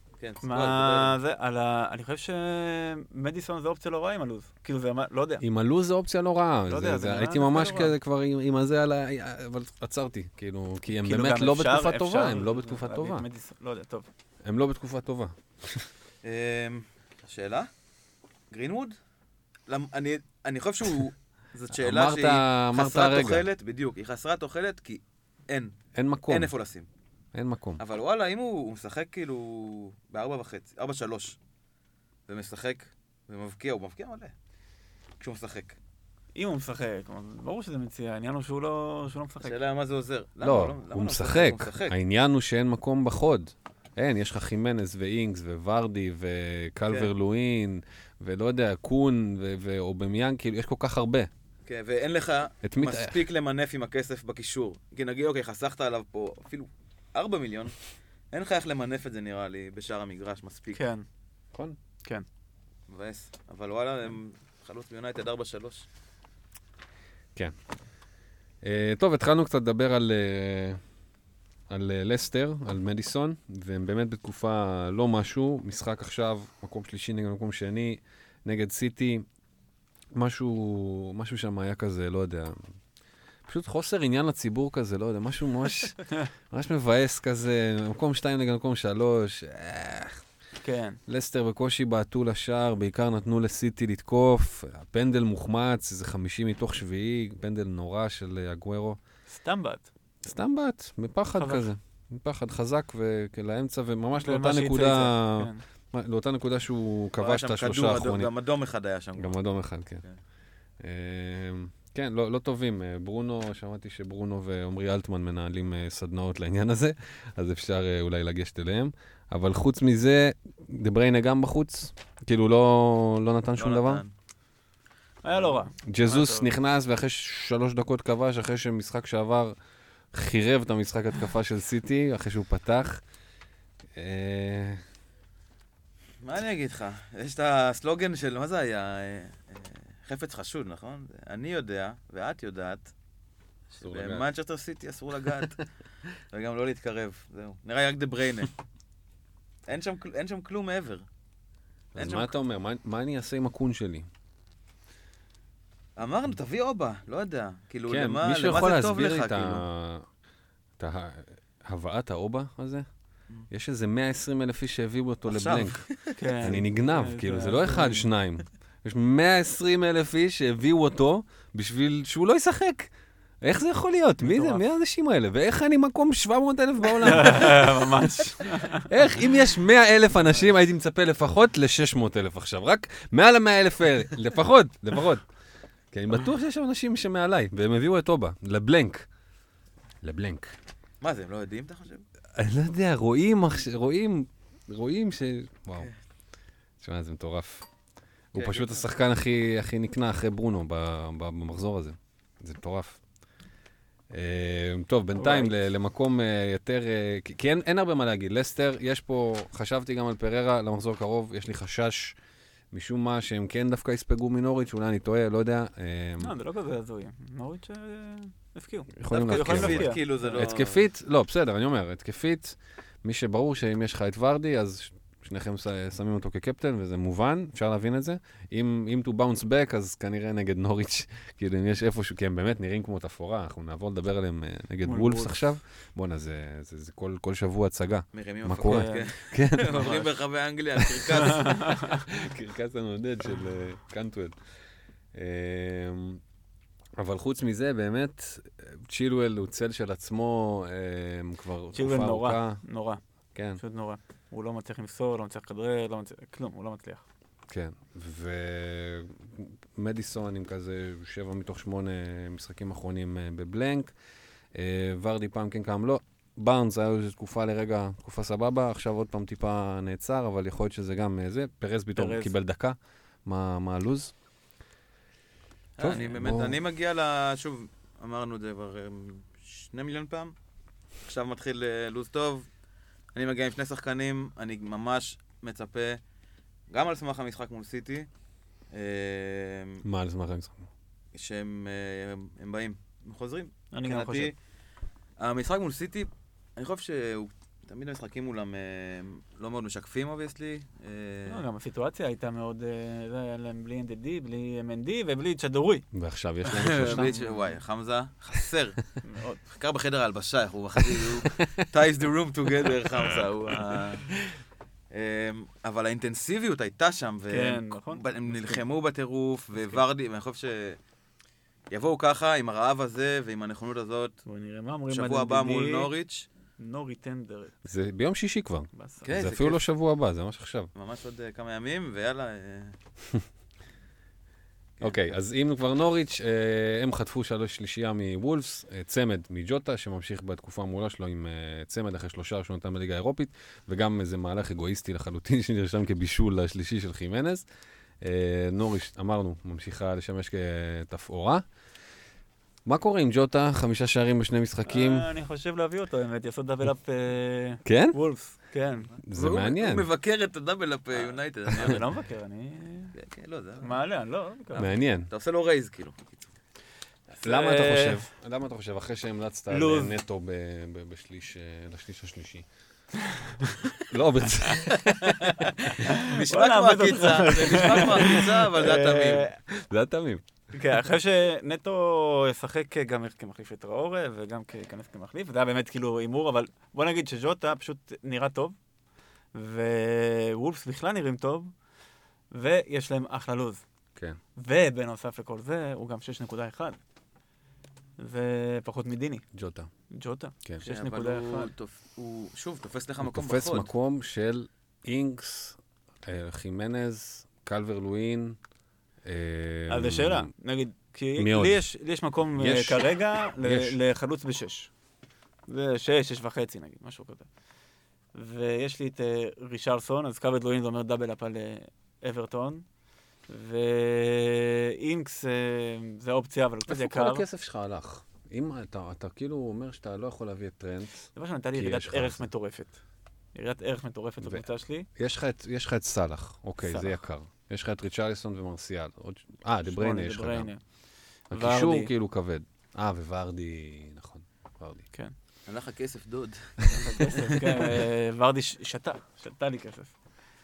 אני חושב שמדיסון זה אופציה לא רעה עם הלוז. כאילו זה, לא יודע. עם הלוז זה אופציה לא רעה. הייתי ממש כזה כבר עם הזה על ה... אבל עצרתי, כאילו, כי הם באמת לא בתקופה טובה. הם לא בתקופה טובה. לא יודע, טוב. הם לא בתקופה טובה. השאלה? גרינווד? אני חושב שהוא... זאת שאלה שהיא חסרת תוחלת, בדיוק. היא חסרת תוחלת כי אין. אין מקום. אין איפה לשים. אין מקום. אבל וואלה, אם הוא משחק כאילו ב-4.5, 4-3, ומשחק, ומבקיע, הוא מבקיע מלא. כשהוא משחק. אם הוא משחק, ברור שזה מציע, העניין הוא שהוא לא משחק. השאלה מה זה עוזר. לא, הוא משחק. העניין הוא שאין מקום בחוד. אין, יש לך חימנס ואינגס וורדי וקלבר לואין, ולא יודע, קון ואובמיאנג, כאילו, יש כל כך הרבה. כן, ואין לך מספיק למנף עם הכסף בקישור. כי נגיד, אוקיי, חסכת עליו פה אפילו 4 מיליון, אין לך איך למנף את זה נראה לי בשאר המגרש מספיק. כן. נכון? כן. מבאס. אבל וואלה, הם חלוץ ביונייטד 4-3. כן. טוב, התחלנו קצת לדבר על לסטר, על מדיסון, והם באמת בתקופה לא משהו. משחק עכשיו, מקום שלישי נגד מקום שני, נגד סיטי. משהו שם היה כזה, לא יודע. פשוט חוסר עניין לציבור כזה, לא יודע, משהו ממש מבאס כזה, מקום 2 נגד מקום 3. כן. לסטר בקושי בעטו לשער, בעיקר נתנו לסיטי לתקוף, הפנדל מוחמץ, איזה 50 מתוך 7, פנדל נורא של אגוארו. סתם בעט. סתם בעט, מפחד כזה. מפחד חזק ולאמצע, וממש לאותה נקודה שהוא כבש את השלושה האחרונים. גם אדום אחד היה שם. גם אדום אחד, כן. כן, לא טובים. ברונו, שמעתי שברונו ועומרי אלטמן מנהלים סדנאות לעניין הזה, אז אפשר אולי לגשת אליהם. אבל חוץ מזה, דבריינה גם בחוץ, כאילו לא נתן שום דבר. היה לא רע. ג'זוס נכנס ואחרי 3 דקות כבש, אחרי שמשחק שעבר חירב את המשחק התקפה של סיטי, אחרי שהוא פתח. מה אני אגיד לך? יש את הסלוגן של, מה זה היה? חפץ חשוד, נכון? אני יודע, ואת יודעת, שבמנצ'סטר סיטי אסור לגעת, וגם לא להתקרב, זהו. נראה רק דבריינה. אין שם כלום מעבר. אז מה אתה אומר? מה אני אעשה עם הקון שלי? אמרנו, תביא אובה, לא יודע. כאילו, כן, למה מישהו זה יכול טוב להסביר לך, את הבאת האובה הזה? יש איזה 120,000 איש שהביאו אותו לבלנק. אני נגנב, כאילו, זה לא 1-2. יש 120,000 איש שהביאו אותו בשביל שהוא לא ישחק. איך זה יכול להיות? מי האנשים האלה? ואיך אני מקום 700,000 בעולם? ממש. איך? אם יש 100,000 אנשים, הייתי מצפה לפחות ל-600,000 עכשיו. רק מעל ה-100,000 האלה. לפחות. כי אני בטוח שיש שם אנשים שמעליי, והם הביאו את אובה, לבלנק. מה זה, הם לא יודעים, אתה חושב? אני לא יודע, רואים ש... וואו. תשמע, זה מטורף. הוא פשוט השחקן הכי נקנה אחרי ברונו במחזור הזה. זה מטורף. טוב, בינתיים למקום יותר... כי אין הרבה מה להגיד. לסטר, יש פה... חשבתי גם על פררה למחזור קרוב, יש לי חשש משום מה שהם כן דווקא יספגו מנוריץ', אולי אני טועה, לא יודע. לא, זה לא כזה הזוי. נוריץ' הפקיעו. יכולים להפקיע. כאילו זה לא... התקפית, לא, בסדר, אני אומר, התקפית, מי שברור שאם יש לך את ורדי, אז שניכם שמים אותו כקפטן, וזה מובן, אפשר להבין את זה. אם to bounce back, אז כנראה נגד נוריץ', כאילו אם יש איפשהו, כי הם באמת נראים כמו תפורה, אנחנו נעבור לדבר עליהם נגד וולפס עכשיו. בוא'נה, זה כל שבוע הצגה. מה קורה? כן. עוברים ברחבי אנגליה, קרקס הנודד של קנטואל. אבל חוץ מזה, באמת, צ'ילואל הוא צל של עצמו כבר תקופה ארוכה. נורא. כן. פשוט נורא. הוא לא מצליח למסור, לא מצליח לכדרר, כלום, הוא לא מצליח. כן, ומדיסון עם כזה 7 מתוך 8 משחקים אחרונים בבלנק. ורדי פעם כן קם לא. בארנס היה איזו תקופה לרגע, תקופה סבבה, עכשיו עוד פעם טיפה נעצר, אבל יכול להיות שזה גם זה. פרז ביטור קיבל דקה. מה הלוז? אני מגיע שוב, אמרנו את זה כבר 2 מיליון פעם. עכשיו מתחיל לוז טוב. אני מגיע עם 2 שחקנים, אני ממש מצפה, גם על סמך המשחק מול סיטי. מה על סמך המשחק? שהם באים, הם חוזרים. אני גם חושב. המשחק מול סיטי, אני חושב שהוא תמיד המשחקים מולם לא מאוד משקפים, אובייסלי. גם הסיטואציה הייתה מאוד, זה היה להם בלי NDD, בלי MND ובלי צ'דורוי. ועכשיו יש להם שלושה. וואי, חמזה, חסר. מאוד. חקר בחדר ההלבשה, הוא ties the room together, חמזה. אבל האינטנסיביות הייתה שם, והם נלחמו בטירוף, וורדי, ואני חושב שיבואו ככה עם הרעב הזה ועם הנכונות הזאת. שבוע הבא מול נוריץ'. נורי טנדר. זה ביום שישי כבר. זה אפילו לא שבוע הבא, זה ממש עכשיו. ממש עוד כמה ימים, ויאללה. אוקיי, אז אם כבר נוריץ', הם חטפו 3 מוולפס, צמד מג'וטה, שממשיך בתקופה מעולה שלו עם צמד אחרי 3 ראשונותם בליגה האירופית, וגם איזה מהלך אגואיסטי לחלוטין שנרשם כבישול לשלישי של חימנז. נוריץ', אמרנו, ממשיכה לשמש כתפאורה. מה קורה עם ג'וטה? 5 שערים ב2 משחקים. אני חושב להביא אותו, באמת, יעשו דאבל אפ כן? וולפס. כן. זה מעניין. הוא מבקר את הדאבל אפ יונייטד. אני לא מבקר, אני... כן, לא, זה... מעלה, אני לא מבקר. מעניין. אתה עושה לו רייז, כאילו. למה אתה חושב, אחרי שהמלצת נטו לשליש השלישי? לא, בצד. נשמע כמו עקיצה, אבל זה התמים. זה התמים. כן, אחרי שנטו ישחק גם כמחליף את ראורה, וגם ככנס כמחליף, זה היה באמת כאילו אימור, אבל בוא נגיד שז'וטה פשוט נראה טוב, ווולפס בכלל נראים טוב, ויש להם אחלה לוז. כן. ובנוסף לכל זה, הוא גם 6.1. זה פחות מדיני. ג'וטה. כן. 6.1. הוא שוב תופס לך מקום בחוד. הוא תופס מקום של אינקס, חימנז, קלבר לואין. אז זה שאלה, נגיד, כי לי יש מקום כרגע לחלוץ ב6. זה 6.5 נגיד, משהו כזה. ויש לי את רישרסון, אז קלבר לואין זה אומר דאבל אפ על אברטון. ואינקס זה אופציה, אבל קצת יקר. איפה כל הכסף שלך הלך? אם אתה כאילו אומר שאתה לא יכול להביא את טרנט, זה מה שנתן לי ירידת ערך מטורפת. ירידת ערך מטורפת בקבוצה שלי. יש לך את סלאח, אוקיי, זה יקר. יש לך את ריצ'רליסון ומרסיאל. דבריינה יש לך גם. הקישור כאילו כבד. וורדי, נכון, וורדי. כן. הלך הכסף דוד. כן, וורדי שתה לי כסף.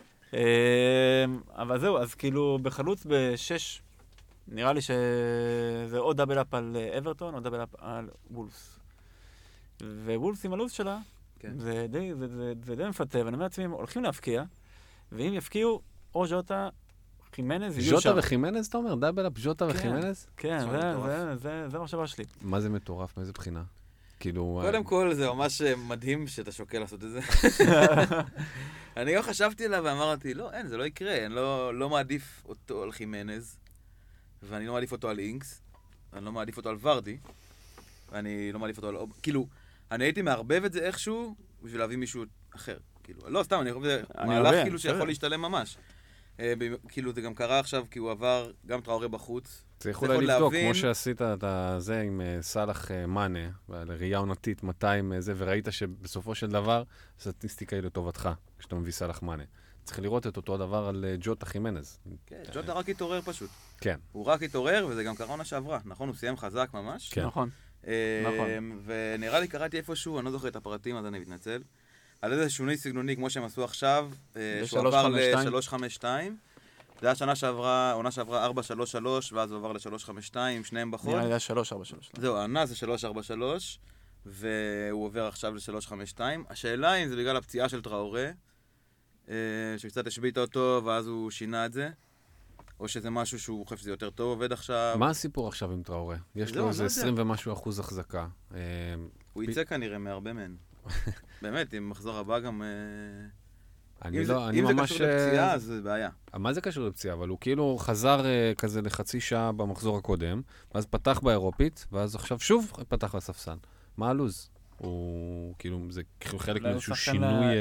אבל זהו, אז כאילו בחלוץ ב6, נראה לי שזה או דאבל אפ על אברטון או דאבל אפ על וולפס. ווולפס עם הלוז שלה, זה די מפתה, ואני אומר לעצמי, הולכים להפקיע, ואם יפקיעו, או ז'וטה, חימנז, יהיו שם. ז'וטה וחימנז, אתה אומר? דאבל אפ ז'וטה וחימנז? כן, זה המחשבה שלי. מה זה מטורף? מאיזה בחינה? קודם כל, זה ממש מדהים שאתה שוקל לעשות את זה. אני גם חשבתי עליו ואמרתי, לא, זה לא יקרה, אני לא מעדיף אותו על חימנז, ואני לא מעדיף אותו על אינקס, אני לא מעדיף אותו על ורדי, ואני לא מעדיף אותו על... כאילו, אני הייתי מערבב את זה איכשהו בשביל להביא מישהו אחר. כאילו, לא, סתם, אני חושב שזה מהלך כאילו שיכול להשתלם ממש. כאילו, זה גם קרה עכשיו, כי הוא עבר גם טראורה בחוץ. צריך אולי לבדוק, כמו שעשית את זה עם סלאח מאנה, לראייה עונתית 200 זה, וראית שבסופו של דבר, סטטיסטיקה היא לטובתך, כשאתה מביא סלאח מאנה. צריך לראות את אותו דבר על ג'וטה חימנז. כן, ג'וטה רק התעורר פשוט. כן. הוא רק התעורר, וזה גם קרה עונה שעברה. נכון, הוא סיים חזק ממש. כן. נכון. ונראה לי קראתי איפשהו, אני לא זוכר את הפרטים, אז אני מתנצל. על איזה שינוי סגנוני, כמו שהם עשו עכשיו, שהוא עבר ל-352. זה היה שנה שעברה, עונה שעברה 4-3-3, ואז הוא עבר ל-352, שניהם בחוד. נראה לי היה 3-4-3. זהו, העונה זה 3-4-3, והוא עובר עכשיו ל-352. השאלה אם זה בגלל הפציעה של טראורה, שקצת השביט אותו, ואז הוא שינה את זה, או שזה משהו שהוא חושב שזה יותר טוב, עובד עכשיו. מה הסיפור עכשיו עם טראורה? יש לו איזה 20 ומשהו אחוז החזקה. הוא יצא כנראה מהרבה מהן. באמת, אם מחזור הבא גם... אם זה קשור לפציעה, אז זה בעיה. מה זה קשור לפציעה? אבל הוא כאילו חזר כזה לחצי שעה במחזור הקודם, ואז פתח באירופית, ואז עכשיו שוב פתח לספסל. מה הלוז? הוא כאילו, זה חלק מאיזשהו שינוי...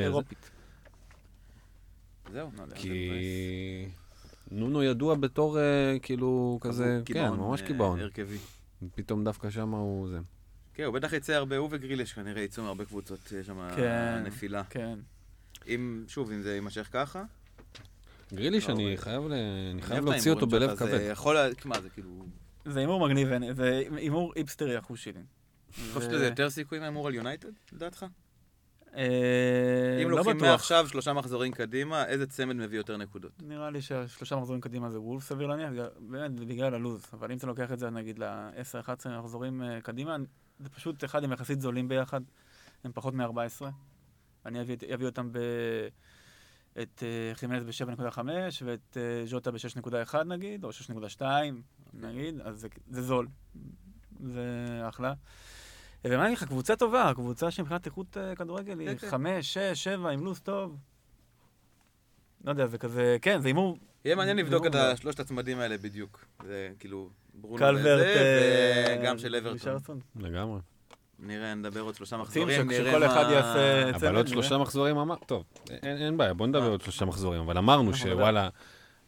זהו. כי נונו ידוע בתור כאילו כזה, כן, ממש קיבעון. הרכבי. פתאום דווקא שם הוא זה. כן, הוא בטח יצא הרבה, הוא וגריליש כנראה יצאו מהרבה קבוצות, יש שם נפילה. כן. שוב, אם זה יימשך ככה. גריליש, אני חייב להוציא אותו בלב כבד. זה יכול, מה זה כאילו... זה אימור מגניב, זה אימור איפסטרי אחוז שילין. אני חושב שזה יותר סיכוי מהאימור על יונייטד, לדעתך? לא אם לוקחים מעכשיו 3 מחזורים קדימה, איזה צמד מביא יותר נקודות? נראה לי ש3 מחזורים קדימה זה וולף סביר להניח, באמת בגלל הלוז. אבל אם אתה לוקח את זה, נגיד, ל-10-11 מחזורים קדימה, זה פשוט אחד הם יחסית זולים ביחד, הם פחות מ-14. אני אביא אותם את חימנז ב-7.5 ואת ז'וטה ב-6.1 נגיד, או 6.2 נגיד, אז זה זול. זה אחלה. ומה אני לך, קבוצה טובה, קבוצה שמבחינת איכות כדורגל היא 5, 6, 7, עם לו"ז טוב. לא יודע, זה כזה, כן, זה אימור... יהיה מעניין לבדוק את שלושת הצמדים האלה בדיוק. זה כאילו ברונו וזה, וגם של אברטון. לגמרי. נראה, נדבר עוד 3 מחזורים, שכל אחד יעשה... אבל עוד 3 מחזורים אמר... טוב, אין בעיה, בוא נדבר עוד 3 מחזורים, אבל אמרנו שוואלה,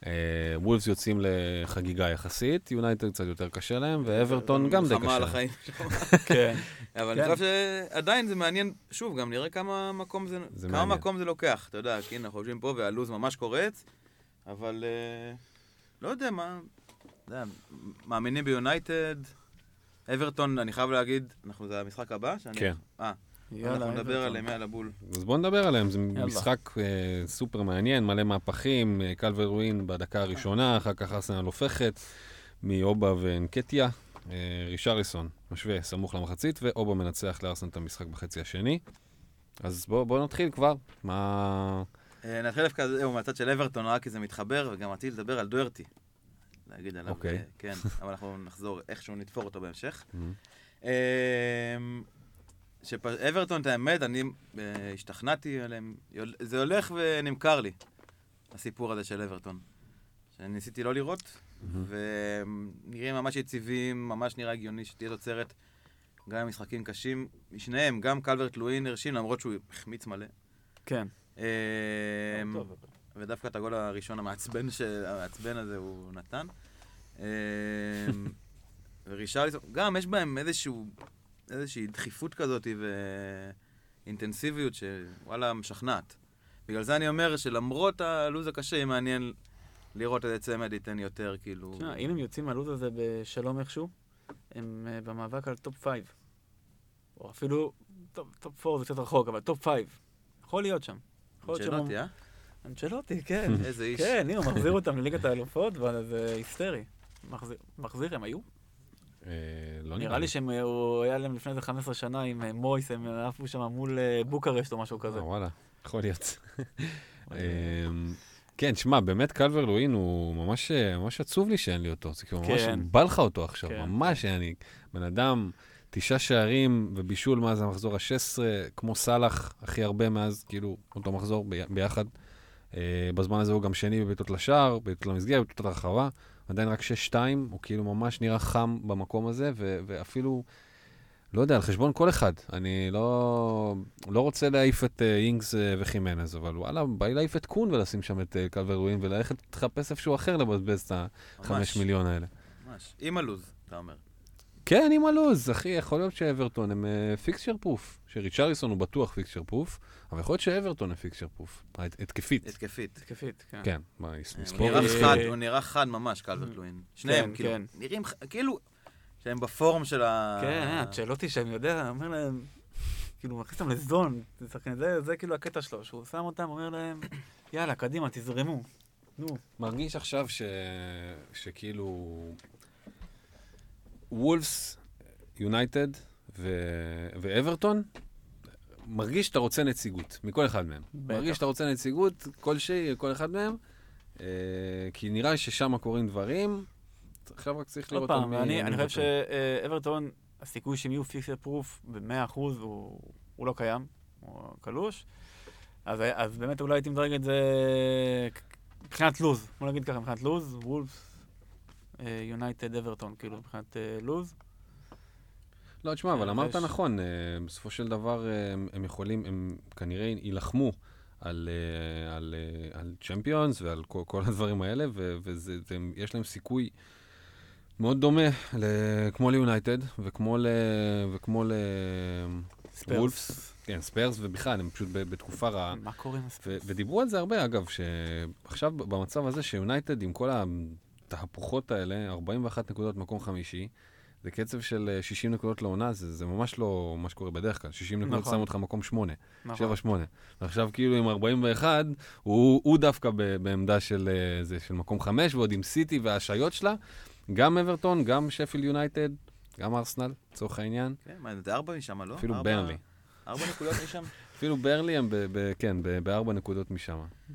וולפס יוצאים לחגיגה יחסית, יונייטד קצת יותר קשה להם, ואברטון גם די קשה. מלחמה על החיים. כן. אבל אני חושב שעדיין זה מעניין, שוב, גם נראה כמה מקום זה לוקח, אתה יודע, כי אנחנו חושבים פה והלוז ממש קורץ, אבל לא יודע מה, מאמינים ביונייטד, אברטון, אני חייב להגיד, זה המשחק הבא? כן. אנחנו נדבר עליהם, יאללה בול. אז בואו נדבר עליהם, זה משחק סופר מעניין, מלא מהפכים, קלוורט-לואין בדקה הראשונה, אחר כך ארסנל הופכת, מאובה ואנקטיה, רישרליסון משווה סמוך למחצית, ואובה מנצח לארסנל את המשחק בחצי השני. אז בואו נתחיל כבר. נתחיל דווקא מהצד של אברטון, רק כי זה מתחבר, וגם רציתי לדבר על דוורטי. להגיד עליו, כן, אבל אנחנו נחזור איכשהו נתפור אותו בהמשך. שאברטון, את האמת, אני השתכנעתי עליהם, זה הולך ונמכר לי, הסיפור הזה של אברטון. שניסיתי לא לראות, ונראים ממש יציבים, ממש נראה הגיוני שתהיה תוצרת, גם משחקים קשים, משניהם, גם קלוורט-לואין הרשים, למרות שהוא החמיץ מלא. כן. ודווקא את הגול הראשון המעצבן הזה הוא נתן. ורישרליסון, גם יש בהם איזושהי דחיפות כזאת ואינטנסיביות שוואלה משכנעת. בגלל זה אני אומר שלמרות הלוז הקשה, יהיה מעניין לראות איזה צמד ייתן יותר, כאילו... אם הם יוצאים מהלוז הזה בשלום איכשהו, הם במאבק על טופ 5. או אפילו טופ 4 זה קצת רחוק, אבל טופ 5. יכול להיות שם. אנצ'לוטי, אנצ'לוטי, כן. איזה איש. כן, הוא מחזיר אותם לליגת האלופות, וזה היסטרי. מחזיר, הם היו? לא נראה לי שהוא היה להם לפני איזה 15 שנה עם מויס, הם עפו שם מול בוקרשט או משהו כזה. וואלה, יכול להיות. כן, שמע, באמת קלוורט-לואין הוא ממש עצוב לי שאין לי אותו. זה כאילו ממש בא לך אותו עכשיו, ממש אני. בן אדם, 9 שערים ובישול מאז המחזור ה-16, כמו סלאח, הכי הרבה מאז, כאילו, אותו מחזור ביחד. בזמן הזה הוא גם שני בביתות לשער, בביתות למסגרת, בביתות הרחבה. עדיין רק 6-2, הוא כאילו ממש נראה חם במקום הזה, ואפילו, לא יודע, על חשבון כל אחד. אני לא רוצה להעיף את אינגס וחימנז, אבל וואלה, בא לי להעיף את קון ולשים שם את קלוורט-לואין, וללכת לחפש איפשהו אחר לבזבז את ה-5 מיליון האלה. ממש, עם הלוז, אתה אומר. כן, עם הלוז, אחי, יכול להיות שאברטון הם פיקסצ'ר פרוף, שריצ'רליסון הוא בטוח פיקסצ'ר פרוף, אבל יכול להיות שאברטון הם פיקסצ'ר פרוף, התקפית. התקפית, כן. הוא נראה חד ממש, קלוורט-לואין. שניהם, נראים כאילו שהם בפורום של ה... כן, אנצ'לוטי שאני יודע, אומר להם, כאילו, מכניס אותם לזון, זה כאילו הקטע שלו, שהוא שם אותם, אומר להם, יאללה, קדימה, תזרמו. מרגיש עכשיו שכאילו... וולפס, יונייטד ואברטון, מרגיש שאתה רוצה נציגות, מכל אחד מהם. מרגיש שאתה רוצה נציגות, כל אחד מהם, כי נראה ששם קורים דברים, עכשיו רק צריך לראות... עוד פעם, אני חושב שאברטון, הסיכוי שהם יהיו פיקסצ'ר פרוף ב-100% הוא לא קיים, הוא קלוש, אז באמת אולי הייתי מדרג את זה מבחינת לוז, בוא נגיד ככה, מבחינת לוז, וולפס, יונייטד אברטון, כאילו, מבחינת לוז. לא, תשמע, אבל אמרת נכון, בסופו של דבר הם יכולים, הם כנראה יילחמו על צ'מפיונס ועל כל הדברים האלה, ויש להם סיכוי מאוד דומה, כמו ליונייטד, וכמו וולפס. כן, ספיירס, ובכלל, הם פשוט בתקופה רעה. מה קורה עם הספיירס? ודיברו על זה הרבה, אגב, שעכשיו במצב הזה שיונייטד עם כל התהפוכות האלה, 41 נקודות מקום חמישי, זה קצב של 60 נקודות לעונה, זה ממש לא מה שקורה בדרך כלל. 60 נקודות שמו אותך מקום 8, 7-8. ועכשיו כאילו עם 41, הוא דווקא בעמדה של מקום 5, ועוד עם סיטי וההשעיות שלה, גם אברטון, גם שפילד יונייטד, גם ארסנל, לצורך העניין. כן, מה, זה 4 משם, לא? אפילו ברנלי. 4 נקודות משם? אפילו ברנלי הם, כן, ב4 נקודות משם.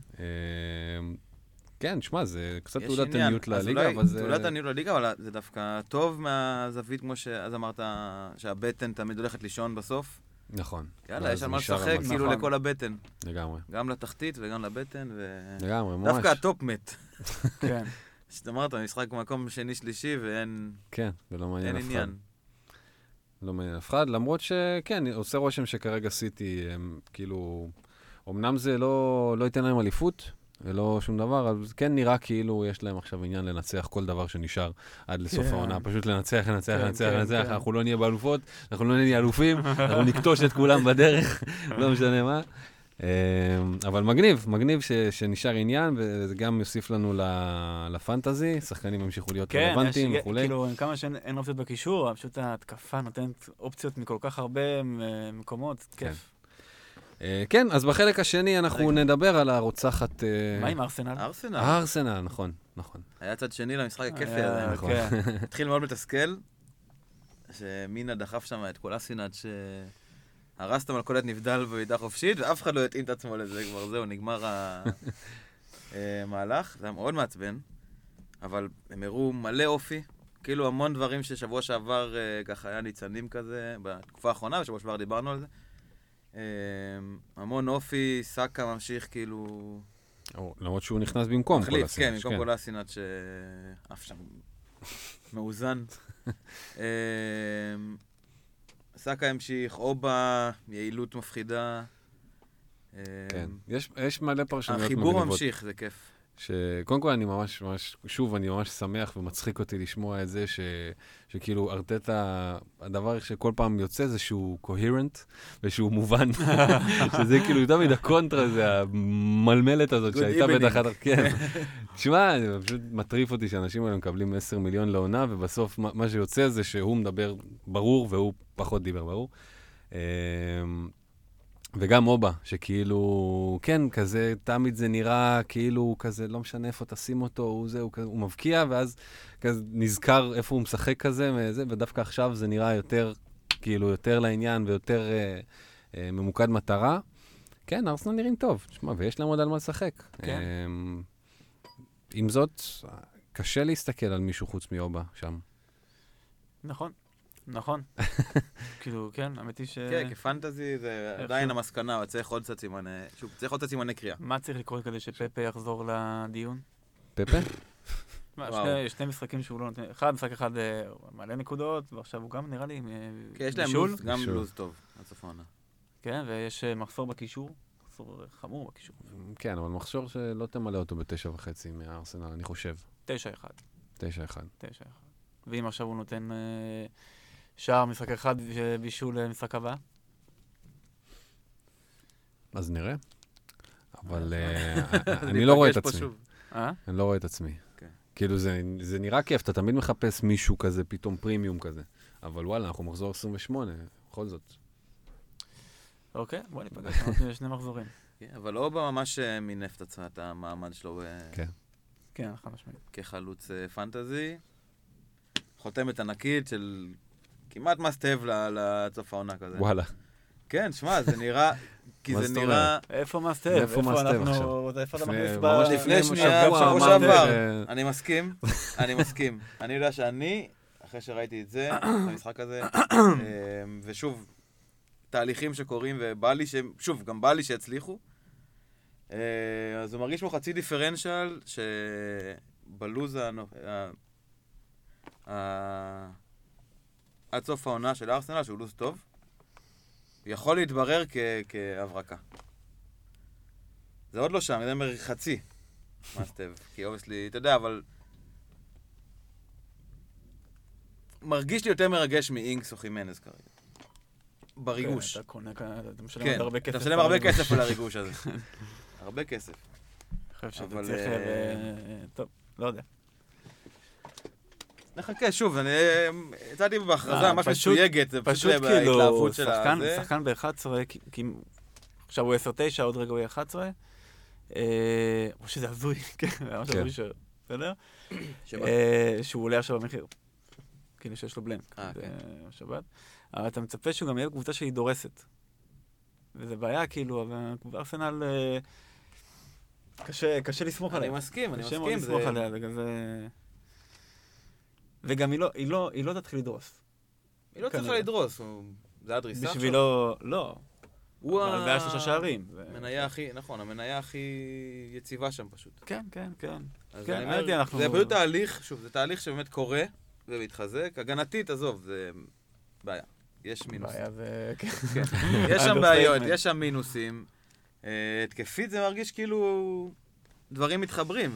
כן, שמע, זה קצת תעודת עניות לליגה, אבל זה... תעודת עניות לליגה, אבל זה דווקא טוב מהזווית, כמו שאז אמרת, שהבטן תמיד הולכת לישון בסוף. נכון. יאללה, יש על מה לשחק, כאילו לכל הבטן. לגמרי. גם לתחתית וגם לבטן, לגמרי, ממש. דווקא הטופ מת. כן. שאתה אמרת, משחק במקום שני שלישי, ואין... כן, ולא מעניין אף אחד. אין עניין. לא מעניין אף אחד, למרות שכן, עושה רושם שכרגע סיטי, הם כאילו... אמנם זה לא ייתן להם אליפות, ולא שום דבר, אז כן נראה כאילו יש להם עכשיו עניין לנצח כל דבר שנשאר עד לסוף העונה, פשוט לנצח, אנחנו לא נהיה באלופות, אנחנו לא נהיה אלופים, אנחנו נקטוש את כולם בדרך, לא משנה מה. אבל מגניב שנשאר עניין, וזה גם יוסיף לנו לפנטזי, שחקנים ימשיכו להיות רלוונטיים וכולי. כאילו, כמה שאין אופציות בקישור, פשוט ההתקפה נותנת אופציות מכל כך הרבה מקומות, כיף. כן, אז בחלק השני אנחנו נדבר על הרוצחת... מה עם ארסנל? ארסנל, נכון. היה צד שני למשחק הכיפי הזה. נכון. התחיל מאוד מתסכל, שמינה דחף שם את כל הסינד הרסת מלכודת נבדל בבידה חופשית, ואף אחד לא יתאים את עצמו לזה, כבר זהו, נגמר המהלך. זה היה מאוד מעצבן, אבל הם הראו מלא אופי, כאילו המון דברים ששבוע שעבר ככה היה ניצנים כזה, בתקופה האחרונה, ושבוע שעבר דיברנו על זה. המון אופי, סאקה ממשיך כאילו... למרות שהוא נכנס במקום כל הסינד. כן, במקום כל הסינד שאף שם מאוזן. סאקה המשיך, אובה, יעילות מפחידה. כן, יש מלא פרשנויות מגניבות. החיבור ממשיך, זה כיף. שקודם כל אני ממש, אני ממש שמח ומצחיק אותי לשמוע את זה שכאילו ארטטה, הדבר שכל פעם יוצא זה שהוא coherent ושהוא מובן. שזה כאילו תמיד הקונטרה, זה המלמלת הזאת שהייתה בטח אחת. כן. תשמע, זה פשוט מטריף אותי שאנשים האלה מקבלים 10 מיליון לעונה, ובסוף מה שיוצא זה שהוא מדבר ברור והוא פחות דיבר ברור. וגם אובה, שכאילו, כן, כזה, תמיד זה נראה כאילו, כזה, לא משנה איפה תשים אותו, הוא מבקיע, ואז כזה נזכר איפה הוא משחק כזה, ודווקא עכשיו זה נראה יותר, כאילו, יותר לעניין ויותר ממוקד מטרה. כן, ארסנל נראים טוב, תשמע, ויש להם עוד על מה לשחק. כן. עם זאת, קשה להסתכל על מישהו חוץ מאובה שם. נכון. כאילו, כן, האמת היא ש... כן, כפנטזי זה עדיין המסקנה, אבל צריך עוד קצת סימני... שוב, צריך עוד קצת סימני קריאה. מה צריך לקרות כדי שפפה יחזור לדיון? פפה? שני משחקים שהוא לא נותן... משחק אחד מלא נקודות, ועכשיו הוא גם נראה לי כן, יש להם לוז, גם לוז טוב, עד סוף העונה. כן, ויש מחסור בקישור, מחסור חמור בקישור. כן, אבל מחסור שלא תמלא אותו ב9.5 מהארסנל, אני חושב. 9-1. ואם עכשיו הוא נותן... שער משחק אחד בישול למשחק הבא? אז נראה. אבל אני לא רואה את עצמי. אני לא רואה את עצמי. כאילו זה נראה כיף, אתה תמיד מחפש מישהו כזה, פתאום פרימיום כזה. אבל וואלה, אנחנו מחזור 28, בכל זאת. אוקיי, בוא ניפגש, שני מחזורים. אבל אובה ממש מינף את המעמד שלו. כן, חד משמעית. כחלוץ פנטזי. חותמת ענקית של... כמעט must have לצוף העונה כזה. וואלה. כן, שמע, זה נראה... כי זה נראה... איפה must have? איפה אנחנו... איפה אתה מכניס ממש לפני שנייה, בשבוע שעבר. אני מסכים. אני יודע שאני, אחרי שראיתי את זה, המשחק הזה, ושוב, תהליכים שקורים, ובא לי שוב, גם בא לי שיצליחו, אז הוא מרגיש כמו חצי דיפרנציאל, שבלוז עד סוף העונה של ארסנל, שהוא לוז טוב, יכול להתברר כהברקה. זה עוד לא שם, זה אומר חצי מאסטב, כי אובייסלי, אתה יודע, אבל מרגיש לי יותר מרגש מאינקס או חימנז כרגע. בריגוש. אתה משלם הרבה כסף. אתה משלם הרבה כסף על הריגוש הזה. הרבה כסף. אני חושב שאתה צריך... טוב, לא יודע. נחכה, שוב, אני יצאתי בהכרזה ממש מסויגת, זה פשוט בהתלהבות של הזה. שחקן ב-11, עכשיו הוא 10-9, עוד רגע הוא יהיה 11, או שזה הזוי, כן, ממש הזוי בסדר? שהוא עולה עכשיו במחיר, כאילו שיש לו בלנק, בשבת, אבל אתה מצפה שהוא גם יהיה בקבוצה שהיא דורסת, וזה בעיה, כאילו, אבל ארסנל קשה לסמוך עליה. אני מסכים. קשה מאוד לסמוך עליה, בגלל זה... וגם היא לא תתחיל לדרוס. היא לא צריכה לדרוס, זה היה דריסה עכשיו. בשבילו, לא. אבל זה היה 3 שערים. המניה הכי יציבה שם פשוט. כן. זה פשוט תהליך, שוב, זה תהליך שבאמת קורה ומתחזק. הגנתית, עזוב, זה בעיה. יש מינוסים. בעיה זה... יש שם בעיות, יש שם מינוסים. התקפית זה מרגיש כאילו... דברים מתחברים,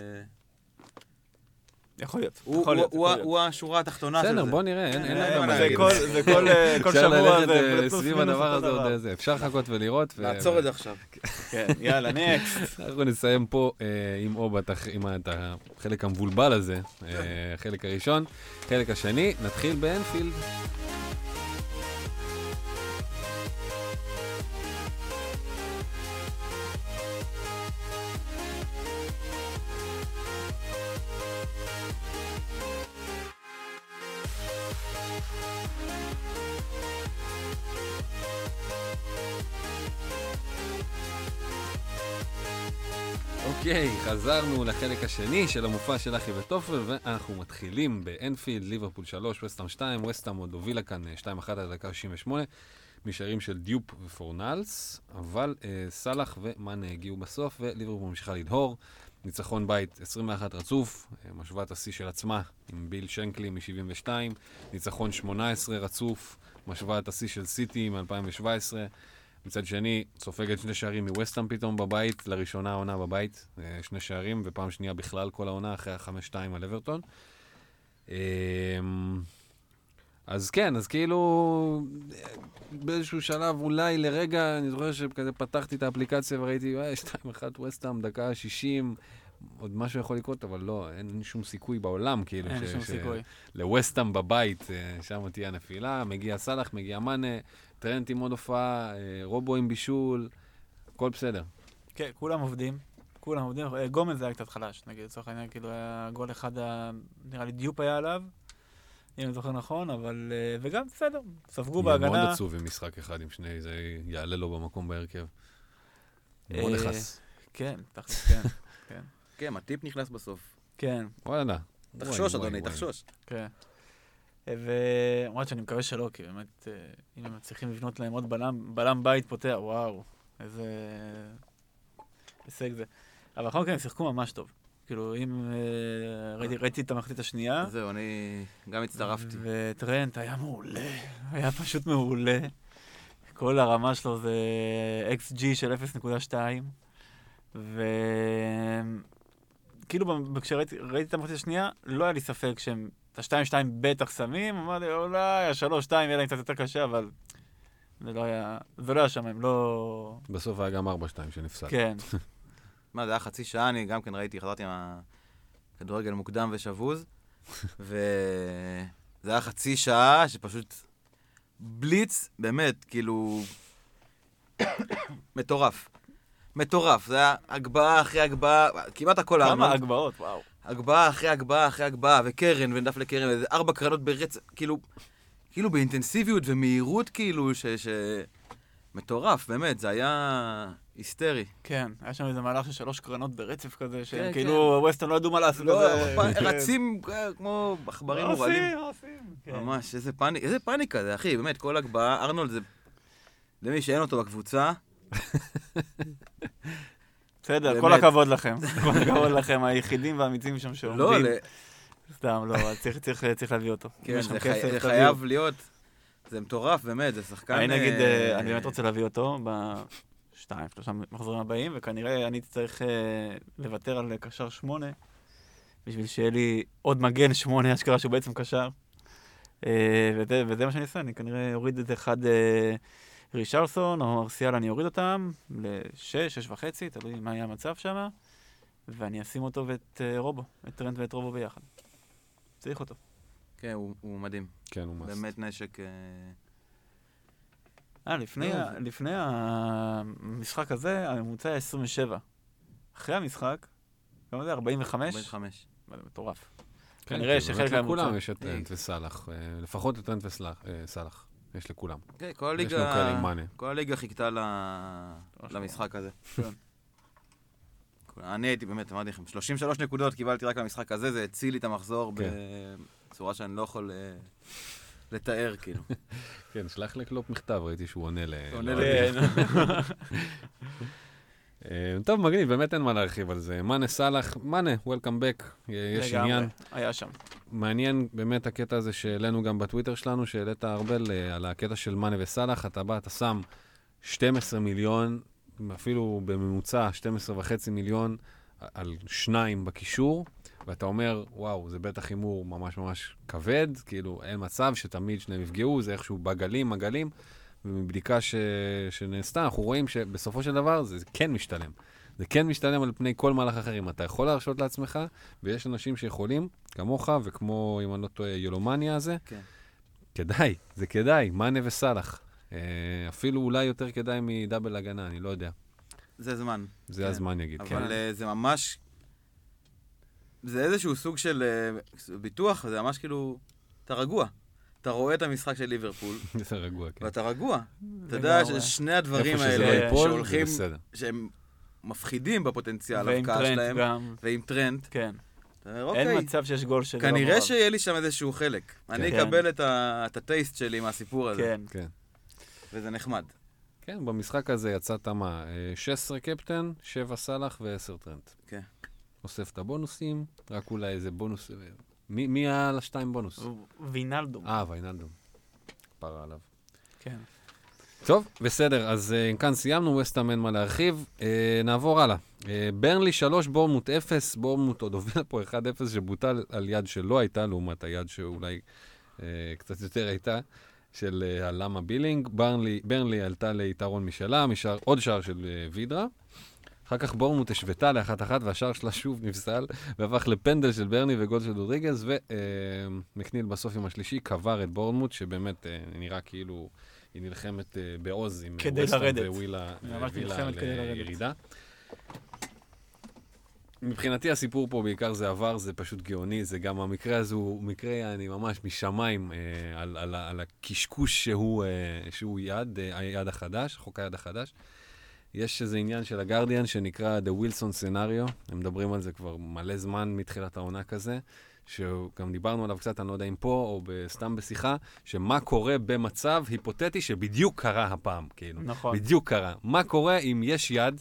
יכול להיות. הוא השורה התחתונה של זה. בסדר, בוא נראה, אין להם מה להגיד. זה כל שבוע זה סביב הדבר הזה עוד איזה. אפשר לחכות ולראות. לעצור את זה עכשיו. כן, יאללה, נקסט. אנחנו נסיים פה עם החלק המבולבל הזה, החלק הראשון. החלק השני, נתחיל באנפילד. אוקיי, חזרנו לחלק השני של המופע של אחי וטופל, ואנחנו מתחילים באנפילד, ליברפול 3, וסטהאם 2, וסטהאם עוד הובילה כאן 2-1 עד דקה 68, משערים של דיופ ופורנלס, אבל סלאח ומאנה הגיעו בסוף, וליברפול ממשיכה לדהור, ניצחון בית 21 רצוף, משווה את השיא של עצמה עם ביל שנקלי מ-72, ניצחון 18 רצוף, משווה את השיא של סיטי מ-2017, מצד שני, סופגת 2 שערים מווסטהאם פתאום בבית, לראשונה העונה בבית, 2 שערים, ופעם שנייה בכלל כל העונה אחרי ה-5-2 על אברטון. אז כן, אז כאילו, באיזשהו שלב אולי לרגע, אני זוכר שכזה פתחתי את האפליקציה וראיתי, 2-1 ווסטהאם, דקה 60, עוד משהו יכול לקרות, אבל לא, אין שום סיכוי בעולם, כאילו, אין שום סיכוי. לווסטהאם בבית, שם תהיה נפילה, מגיע סלאח, מגיע מאנה, טרנט עם עוד הופעה, רובו עם בישול, הכל בסדר. כן, כולם עובדים. גומז היה קצת חלש, נגיד, לצורך העניין, כאילו היה גול אחד, נראה לי דיופ היה עליו, אם אני זוכר נכון, אבל, וגם בסדר, ספגו בהגנה. יהיה מאוד עצוב עם משחק אחד עם שני, זה יעלה לו במקום בהרכב. מאוד לחס. כן, כן. כן, הטיפ נכנס בסוף. כן. וואלה. תחשוש, אדוני, תחשוש. כן. ואומרת שאני מקווה שלא, כי באמת, אם הם צריכים לבנות להם עוד בלם בית פותח, וואו, איזה הישג זה. אבל אחר כך הם שיחקו ממש טוב. כאילו, אם ראיתי את המחצית השנייה... זהו, אני גם הצטרפתי. וטרנט היה מעולה, היה פשוט מעולה. כל הרמה שלו זה XG של 0.2, וכאילו, כשראיתי את המחצית השנייה, לא היה לי ספק שהם... את ה-2-2 בטח שמים, אמרתי, אולי ה-3-2 יהיה להם קצת יותר קשה, אבל זה לא היה שם, הם לא... בסוף היה גם 4-2 שנפסק. כן. מה, זה היה חצי שעה, אני גם כן ראיתי, חזרתי עם הכדורגל מוקדם ושבוז, וזה היה חצי שעה שפשוט בליץ, באמת, כאילו... מטורף. מטורף, זה היה הגבהה אחרי הגבהה, כמעט הכל ארנולד. כמה הגבהות, וואו. הגבהה אחרי הגבהה אחרי הגבהה, וקרן ונדף לקרן, 4 קרנות ברצף, כאילו באינטנסיביות ומהירות, כאילו, מטורף, באמת, זה היה היסטרי. כן, היה שם איזה מהלך של 3 קרנות ברצף כזה, שכאילו ווסטהאם לא ידעו מה לעשות. לא, רצים כמו עכברים מורעלים. עושים. ממש, איזה פאניקה זה, אחי, באמת, כל הגבהה, ארנולד זה... למי שאין אותו בקבוצה. בסדר, כל הכבוד לכם. כל הכבוד לכם, היחידים והאמיצים שם שעומדים. לא, סתם, לא, צריך להביא אותו. כן, זה חייב להיות, זה מטורף, באמת, זה שחקן... אני באמת רוצה להביא אותו ב2-3 מחזורים הבאים, וכנראה אני צריך לוותר על קשר 8, בשביל שיהיה לי עוד מגן 8, אשכרה שהוא בעצם קשר. וזה מה שאני אעשה, אני כנראה אוריד את אחד... רישרסון או מרסיאל, אני אוריד אותם ל6, 6.5, תלוי מה יהיה המצב שם, ואני אשים אותו ואת רובו, את טרנט ואת רובו ביחד. צריך אותו. כן, הוא מדהים. כן, הוא מס. באמת נשק... לפני המשחק הזה, הממוצע היה 27. אחרי המשחק, כמה זה? 45? 45. זה מטורף. כן, כנראה שחלק מהממוצע... לכולם יש את טרנט וסלאח, לפחות את טרנט וסלאח. יש לכולם. כן, כל הליגה חיכתה למשחק הזה. אני הייתי באמת, אמרתי לכם, 33 נקודות קיבלתי רק למשחק הזה, זה הציל לי את המחזור בצורה שאני לא יכול לתאר, כאילו. כן, שלח לקלופ מכתב, ראיתי שהוא עונה טוב, מגניב, באמת אין מה להרחיב על זה. מאנה סלאח, מאנה, וולקאם בק, יש עניין. היה שם. מעניין באמת הקטע הזה שהעלינו גם בטוויטר שלנו, שהעלית ארבל על הקטע של מאנה וסלאח, אתה בא, אתה שם 12 מיליון, אפילו בממוצע 12.5 מיליון, על 2 בקישור, ואתה אומר, וואו, זה בטח הימור ממש ממש כבד, כאילו אין מצב שתמיד שניהם יפגעו, זה איכשהו בגלים, ומבדיקה שנעשתה, אנחנו רואים שבסופו של דבר זה כן משתלם. זה כן משתלם על פני כל מהלך אחרים. אתה יכול להרשות לעצמך, ויש אנשים שיכולים, כמוך וכמו, אם אני לא טועה, יולומניה הזה. כן. כדאי, זה כדאי, מאנה וסלח. אפילו אולי יותר כדאי מדאבל הגנה, אני לא יודע. זה זמן. זה כן. הזמן יגיד, אבל כן. זה ממש... זה איזשהו סוג של ביטוח, זה ממש כאילו... אתה רגוע. אתה רואה את המשחק של ליברפול. אתה רגוע, כן. ואתה רגוע. אתה יודע ששני הדברים האלה שהולכים... שהם מפחידים בפוטנציאל ההבקעה שלהם. ועם טרנד. כן. אין מצב שיש גול של... כנראה שיהיה לי שם איזשהו חלק. אני אקבל את הטייסט שלי מהסיפור הזה. כן. וזה נחמד. כן, במשחק הזה יצאת מה? 16 קפטן, 7 סלח ו10 טרנד. כן. אוסף את הבונוסים, רק אולי איזה בונוס... מי היה לשתיים בונוס? וינלדום. וינלדום. פרה עליו. כן. טוב, בסדר, אז כאן סיימנו, ווסטהאם אין מה להרחיב. נעבור הלאה. ברנלי 3, בורנמוט 0, בורנמוט עוד הובילה פה 1-0 שבוטל על יד שלא הייתה, לעומת היד שאולי קצת יותר הייתה, של הלמה בילינג. ברנלי עלתה ליתרון משלה, עוד שער של וידרה. אחר כך בורנמוט השוותה ל1-1, והשער שלה שוב נפסל, והפך לפנדל של ברני וגול של רודריגז, ומקניל בסוף עם השלישי קבר את בורנמוט, שבאמת נראה כאילו היא נלחמת בעוז עם ווסטהאם ווילה לירידה. מבחינתי הסיפור פה בעיקר זה עבר, זה פשוט גאוני, זה גם המקרה הזה הוא מקרה אני ממש משמיים על הקשקוש שהוא היד החדש, חוק היד החדש. יש איזה עניין של הגרדיאן שנקרא The Wilson Scenario, הם מדברים על זה כבר מלא זמן מתחילת העונה כזה, שגם דיברנו עליו קצת, אני לא יודע אם פה או סתם בשיחה, שמה קורה במצב היפותטי שבדיוק קרה הפעם, כאילו. נכון. בדיוק קרה. מה קורה אם יש יד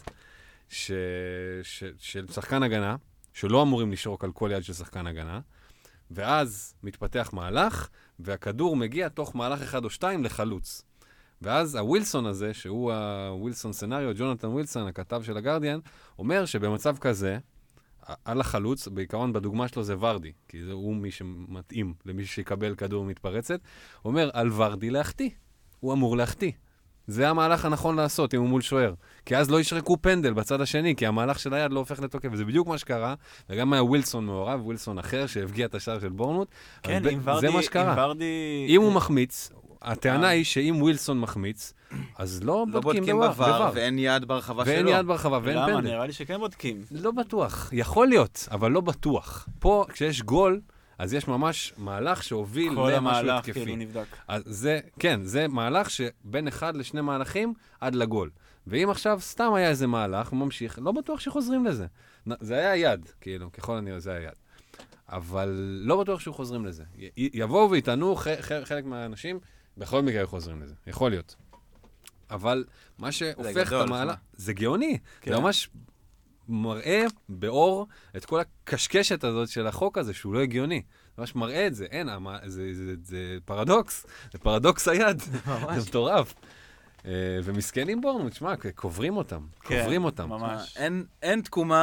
של שחקן הגנה, שלא אמורים לשרוק על כל יד של שחקן הגנה, ואז מתפתח מהלך, והכדור מגיע תוך מהלך 1 או 2 לחלוץ. ואז הווילסון הזה, שהוא הווילסון סנריו, ג'ונתן ווילסון, הכתב של הגרדיאן, אומר שבמצב כזה, על החלוץ, בעיקרון בדוגמה שלו זה ורדי, כי זה הוא מי שמתאים למי שיקבל כדור מתפרצת, אומר על ורדי להחטיא, הוא אמור להחטיא. זה המהלך הנכון לעשות אם הוא מול שוער, כי אז לא ישרקו פנדל בצד השני, כי המהלך של היד לא הופך לתוקף, וזה בדיוק מה שקרה, וגם היה ווילסון מעורב, ווילסון אחר שהפגיע את השער של בורנמוט, כן, זה מה שקרה. אם הוא מחמיץ, הטענה היא שאם ווילסון מחמיץ, אז לא בודקים בבר, ואין יד ברחבה שלו. ואין יד ברחבה, ואין פנדל. למה? נראה לי שכן בודקים. לא בטוח. יכול להיות, אבל לא בטוח. פה, כשיש גול, אז יש ממש מהלך שהוביל למשהו התקפי. כל המהלך כאילו נבדק. כן, זה מהלך שבין 1 ל2 מהלכים עד לגול. ואם עכשיו סתם היה איזה מהלך, הוא ממשיך, לא בטוח שחוזרים לזה. זה היה יד, כאילו, ככל הנראה זה היה יד. אבל לא בטוח שחוזרים לזה. יבואו ויתענו חלק מהאנשים, בכל מקרה חוזרים לזה. יכול להיות. אבל מה שהופך את המעלה, זה גאוני. זה ממש מראה באור את כל הקשקשת הזאת של החוק הזה, שהוא לא הגיוני. זה ממש מראה את זה. אין, זה פרדוקס. זה פרדוקס היד. זה מטורף. ומסכנים בורנמוט, תשמע, קוברים אותם. קוברים אותם. ממש. אין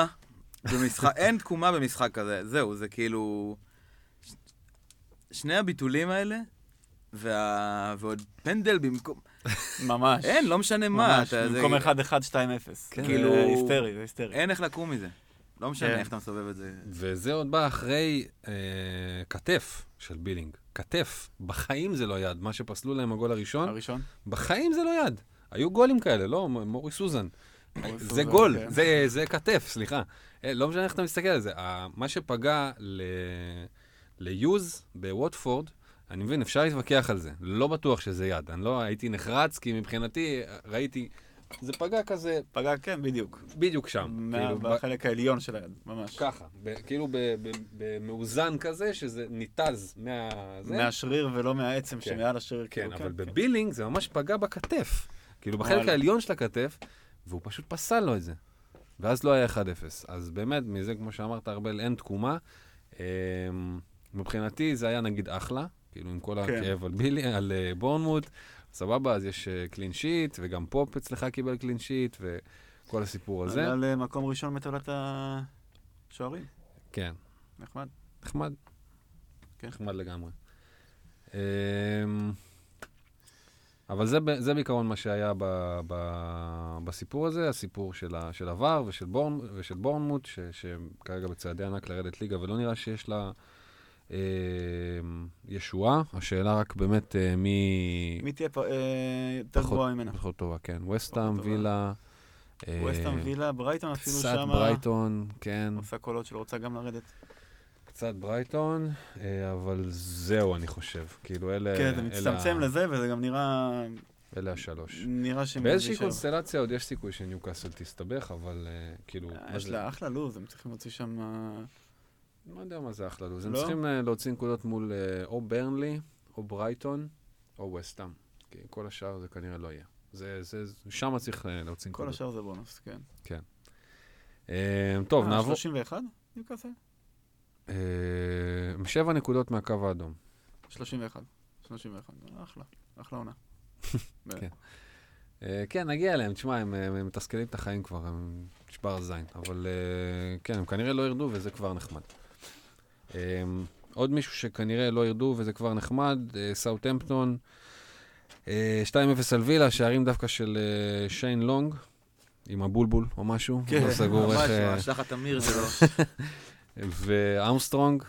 תקומה במשחק כזה. זהו, זה כאילו... שני הביטולים האלה, ועוד פנדל במקום... ממש. אין, לא משנה מה. במקום 1-1-2-0. כאילו... זה היסטרי, זה היסטרי. אין איך לקום מזה. לא משנה איך אתה מסובב את זה. וזה עוד בא אחרי כתף של בילינג. כתף. בחיים זה לא יד. מה שפסלו להם הגול הראשון. בחיים זה לא יד. היו גולים כאלה, לא? מורי סוזן. זה גול. זה כתף, סליחה. לא משנה איך אתה מסתכל על זה. מה שפגע ליוז בווטפורד, אני מבין, אפשר להתווכח על זה. לא בטוח שזה יד. אני לא הייתי נחרץ, כי מבחינתי ראיתי, זה פגע כזה... פגע, כן, בדיוק. בדיוק שם. בחלק העליון של היד, ממש. ככה, כאילו במאוזן כזה, שזה ניתז מהשריר ולא מהעצם שמעל השריר. כן, אבל בבילינג זה ממש פגע בכתף. כאילו בחלק העליון של הכתף, והוא פשוט פסל לו את זה. ואז לא היה 1-0. אז באמת, מזה, כמו שאמרת, ארבל, אין תקומה. מבחינתי זה היה נגיד אחלה, כאילו עם כל הכאב על בורנמוט, סבבה, אז יש קלין שיט, וגם פופ אצלך קיבל קלין שיט, וכל הסיפור הזה. על מקום ראשון מטבלת שוערים. כן. נחמד. נחמד. כן. נחמד לגמרי. אבל זה בעיקרון מה שהיה בסיפור הזה, הסיפור של עבר ושל בורנמוט, שכרגע בצעדי ענק לרדת ליגה, ולא נראה שיש לה ישועה. השאלה רק באמת מי תהיה יותר גבוהה ממנה. פחות טובה, כן. וסטהאם, וילה. וסטהאם, וילה, ברייטון אפילו שמה. קצת ברייטון, כן. עושה קולות שלא רוצה גם לרדת. קצת ברייטון, אבל זהו, אני חושב. כאילו, אלה... כן, זה מצטמצם לזה, וזה גם נראה... אלה השלוש. נראה שהם... באיזושהי קונסטלציה עוד יש סיכוי שניוקאסל תסתבך, אבל כאילו... יש לה אחלה לוז, הם צריכים להוציא שם... לא יודע מה זה אחלה לוז. הם צריכים להוציא נקודות מול או ברנלי, או ברייטון, או וסטהאם. כי כל השאר זה כנראה לא יהיה. שם צריך להוציא נקודות. כל השאר זה בונוס, כן. כן. טוב, נעבור... 31? ניוקאסל? 7 נקודות מהקו האדום. 31. אחלה עונה. כן. כן, נגיע אליהם. תשמע, הם מתסכלים את החיים כבר, הם נשבר הזין. אבל כן, הם כנראה לא ירדו, וזה כבר נחמד. עוד מישהו שכנראה לא ירדו, וזה כבר נחמד, סאות'המפטון, 2-0 על וילה, שערים דווקא של שיין לונג, עם הבולבול או משהו. כן, ממש, השלחת אמיר שלו. וארמסטרונג,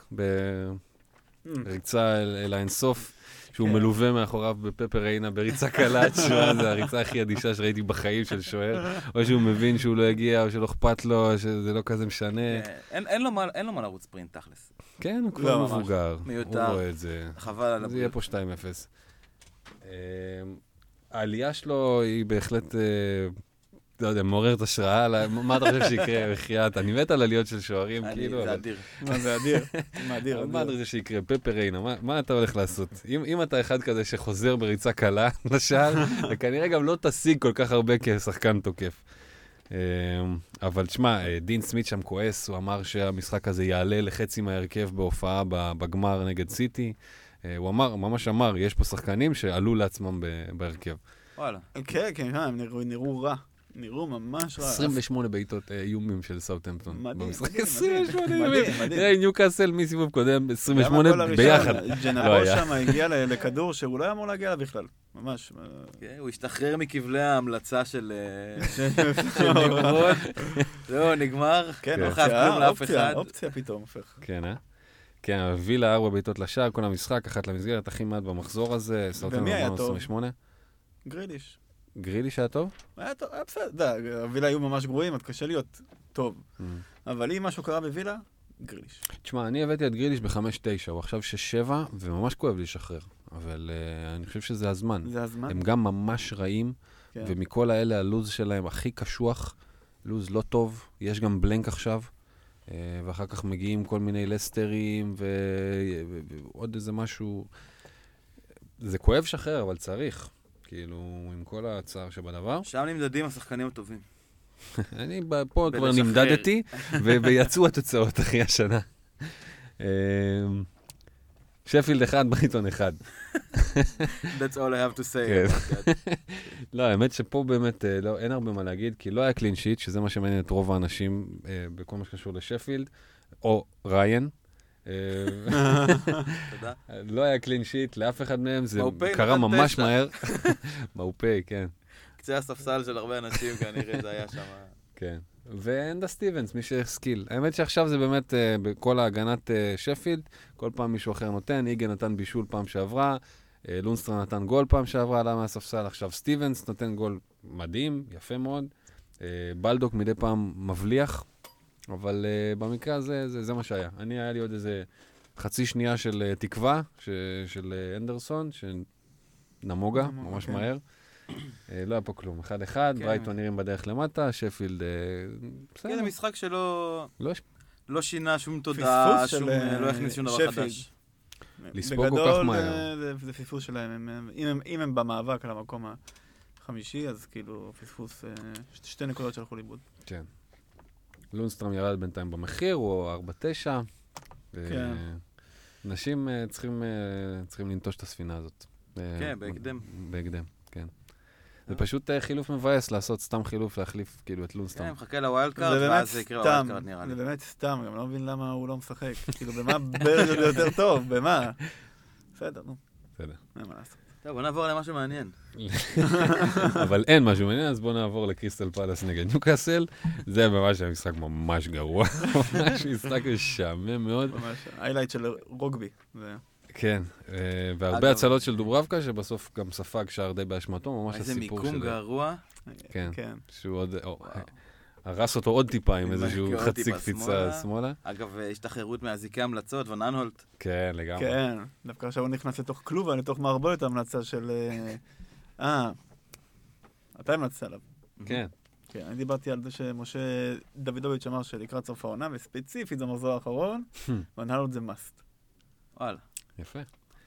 בריצה אל האינסוף, שהוא מלווה מאחוריו בפפר ריינה, בריצה קלה, תשמע, זה הריצה הכי אדישה שראיתי בחיים של שוער, או שהוא מבין שהוא לא יגיע, או שלא אכפת לו, או שזה לא כזה משנה. אין לו מה לרוץ פרינט תכלס. כן, הוא כבר מבוגר. מיותר. הוא רואה את זה. חבל על זה יהיה פה 2-0. העלייה שלו היא בהחלט, לא יודע, מעוררת השראה. מה אתה חושב שיקרה? בחייאת, אני מת על עליות של שוערים, כאילו. זה אדיר. מה זה אדיר? מה אתה חושב שיקרה? פפר ריינה, מה אתה הולך לעשות? אם אתה אחד כזה שחוזר בריצה קלה לשער, וכנראה גם לא תשיג כל כך הרבה כשחקן תוקף. אבל תשמע, דין סמית שם כועס, הוא אמר שהמשחק הזה יעלה לחצי מהרכב בהופעה בגמר נגד סיטי. הוא אמר, ממש אמר, יש פה שחקנים שעלו לעצמם בהרכב. וואלה. כן, הם נראו רע. נראו ממש רע. 28 בעיטות איומים של סאות'המפטון. מדהים, 28 איומים. נראה, ניוקאסל מסיבוב קודם, 28 ביחד. ג'נבו שם הגיע לכדור שהוא לא היה אמור להגיע לה בכלל. ממש. הוא השתחרר מכבלי ההמלצה של נמרוד. זהו, נגמר. כן, לא חייב כלום לאף אחד. אופציה פתאום הופך. כן, כן, וילה 4 בעיטות לשער, כל המשחק, אחת למסגרת, הכי מעט במחזור הזה. ומי היה טוב? גריליש. גריליש היה טוב? היה טוב, היה בסדר. הווילה היו ממש גרועים, אז קשה להיות טוב. אבל אם משהו קרה בווילה, גריליש. תשמע, אני הבאתי את גריליש ב-5-9, הוא עכשיו 6-7, וממש כואב לי לשחרר. אבל אני חושב שזה הזמן. זה הזמן? הם גם ממש רעים, ומכל האלה הלוז שלהם הכי קשוח, לוז לא טוב, יש גם בלנק עכשיו, ואחר כך מגיעים כל מיני לסטרים, ועוד איזה משהו. זה כואב שחרר, אבל צריך. כאילו, עם כל הצער שבדבר. שם נמדדים השחקנים הטובים. אני פה כבר נמדדתי, ויצאו התוצאות אחרי השנה. שפילד 1, ברייטון 1. That's all I have to say. לא, האמת שפה באמת אין הרבה מה להגיד, כי לא היה קלין שיט, שזה מה שמעניין את רוב האנשים בכל מה שקשור לשפילד, או ריין. תודה. לא היה קלין שיט לאף אחד מהם, זה קרה ממש מהר. מאופי, כן. קצה הספסל של הרבה אנשים, כנראה זה היה שם. כן. ואנדה סטיבנס, מי שהסקיל. האמת שעכשיו זה באמת בכל ההגנת שפילד, כל פעם מישהו אחר נותן, איגן נתן בישול פעם שעברה, לונסטרה נתן גול פעם שעברה, עלה מהספסל, עכשיו סטיבנס נותן גול מדהים, יפה מאוד. בלדוק מדי פעם מבליח, אבל במקרה הזה, זה מה שהיה. היה לי עוד איזה חצי שנייה של תקווה, של אנדרסון, שנמוגה, ממש מהר. לא היה פה כלום. 1-1, ברייטון נראים בדרך למטה, שפילד... כן, זה משחק שלא שינה שום תודעה, לא הכניס שום דבר חדש. לספור כל כך מהר. זה פספוס שלהם. אם הם במאבק על המקום החמישי, אז כאילו פספוס 2 נקודות שהלכו לאיבוד. כן. לונסטרם ירד בינתיים במחיר, הוא 4-9. אנשים צריכים לנטוש את הספינה הזאת. כן, בהקדם. בהקדם, כן. זה פשוט חילוף מבאס, לעשות סתם חילוף, להחליף כאילו את לונסטון. כן, מחכה לווילד קארד, ואז זה יקרה ווילד קארד נראה לי. זה באמת סתם, גם לא מבין למה הוא לא משחק. כאילו, במה ברגע זה יותר טוב? במה? בסדר, נו. בסדר. אין מה לעשות. טוב, בוא נעבור למשהו מעניין. אבל אין משהו מעניין, אז בואו נעבור לקריסטל פלאס נגד ניוקאסל. זה ממש המשחק ממש גרוע. ממש משחק משעמם מאוד. ממש, היילייט של רוגבי. כן, והרבה הצלות של דוברבקה, שבסוף גם ספג שער די באשמתו, ממש הסיפור של... איזה מיקום גרוע. כן, שהוא עוד... הרס אותו עוד טיפה עם איזשהו חצי קפיצה שמאלה. אגב, השתחררות מהזיקי המלצות, וננהולט. כן, לגמרי. כן, דווקא עכשיו הוא נכנס לתוך כלובה, לתוך מערבולת המלצה של... אתה המלצת עליו. כן. כן, אני דיברתי על זה שמשה דוידוביץ' אמר שלקראת סוף העונה, וספציפית זה המחזור האחרון, וננהולט זה מאסט. וואלה. יפה.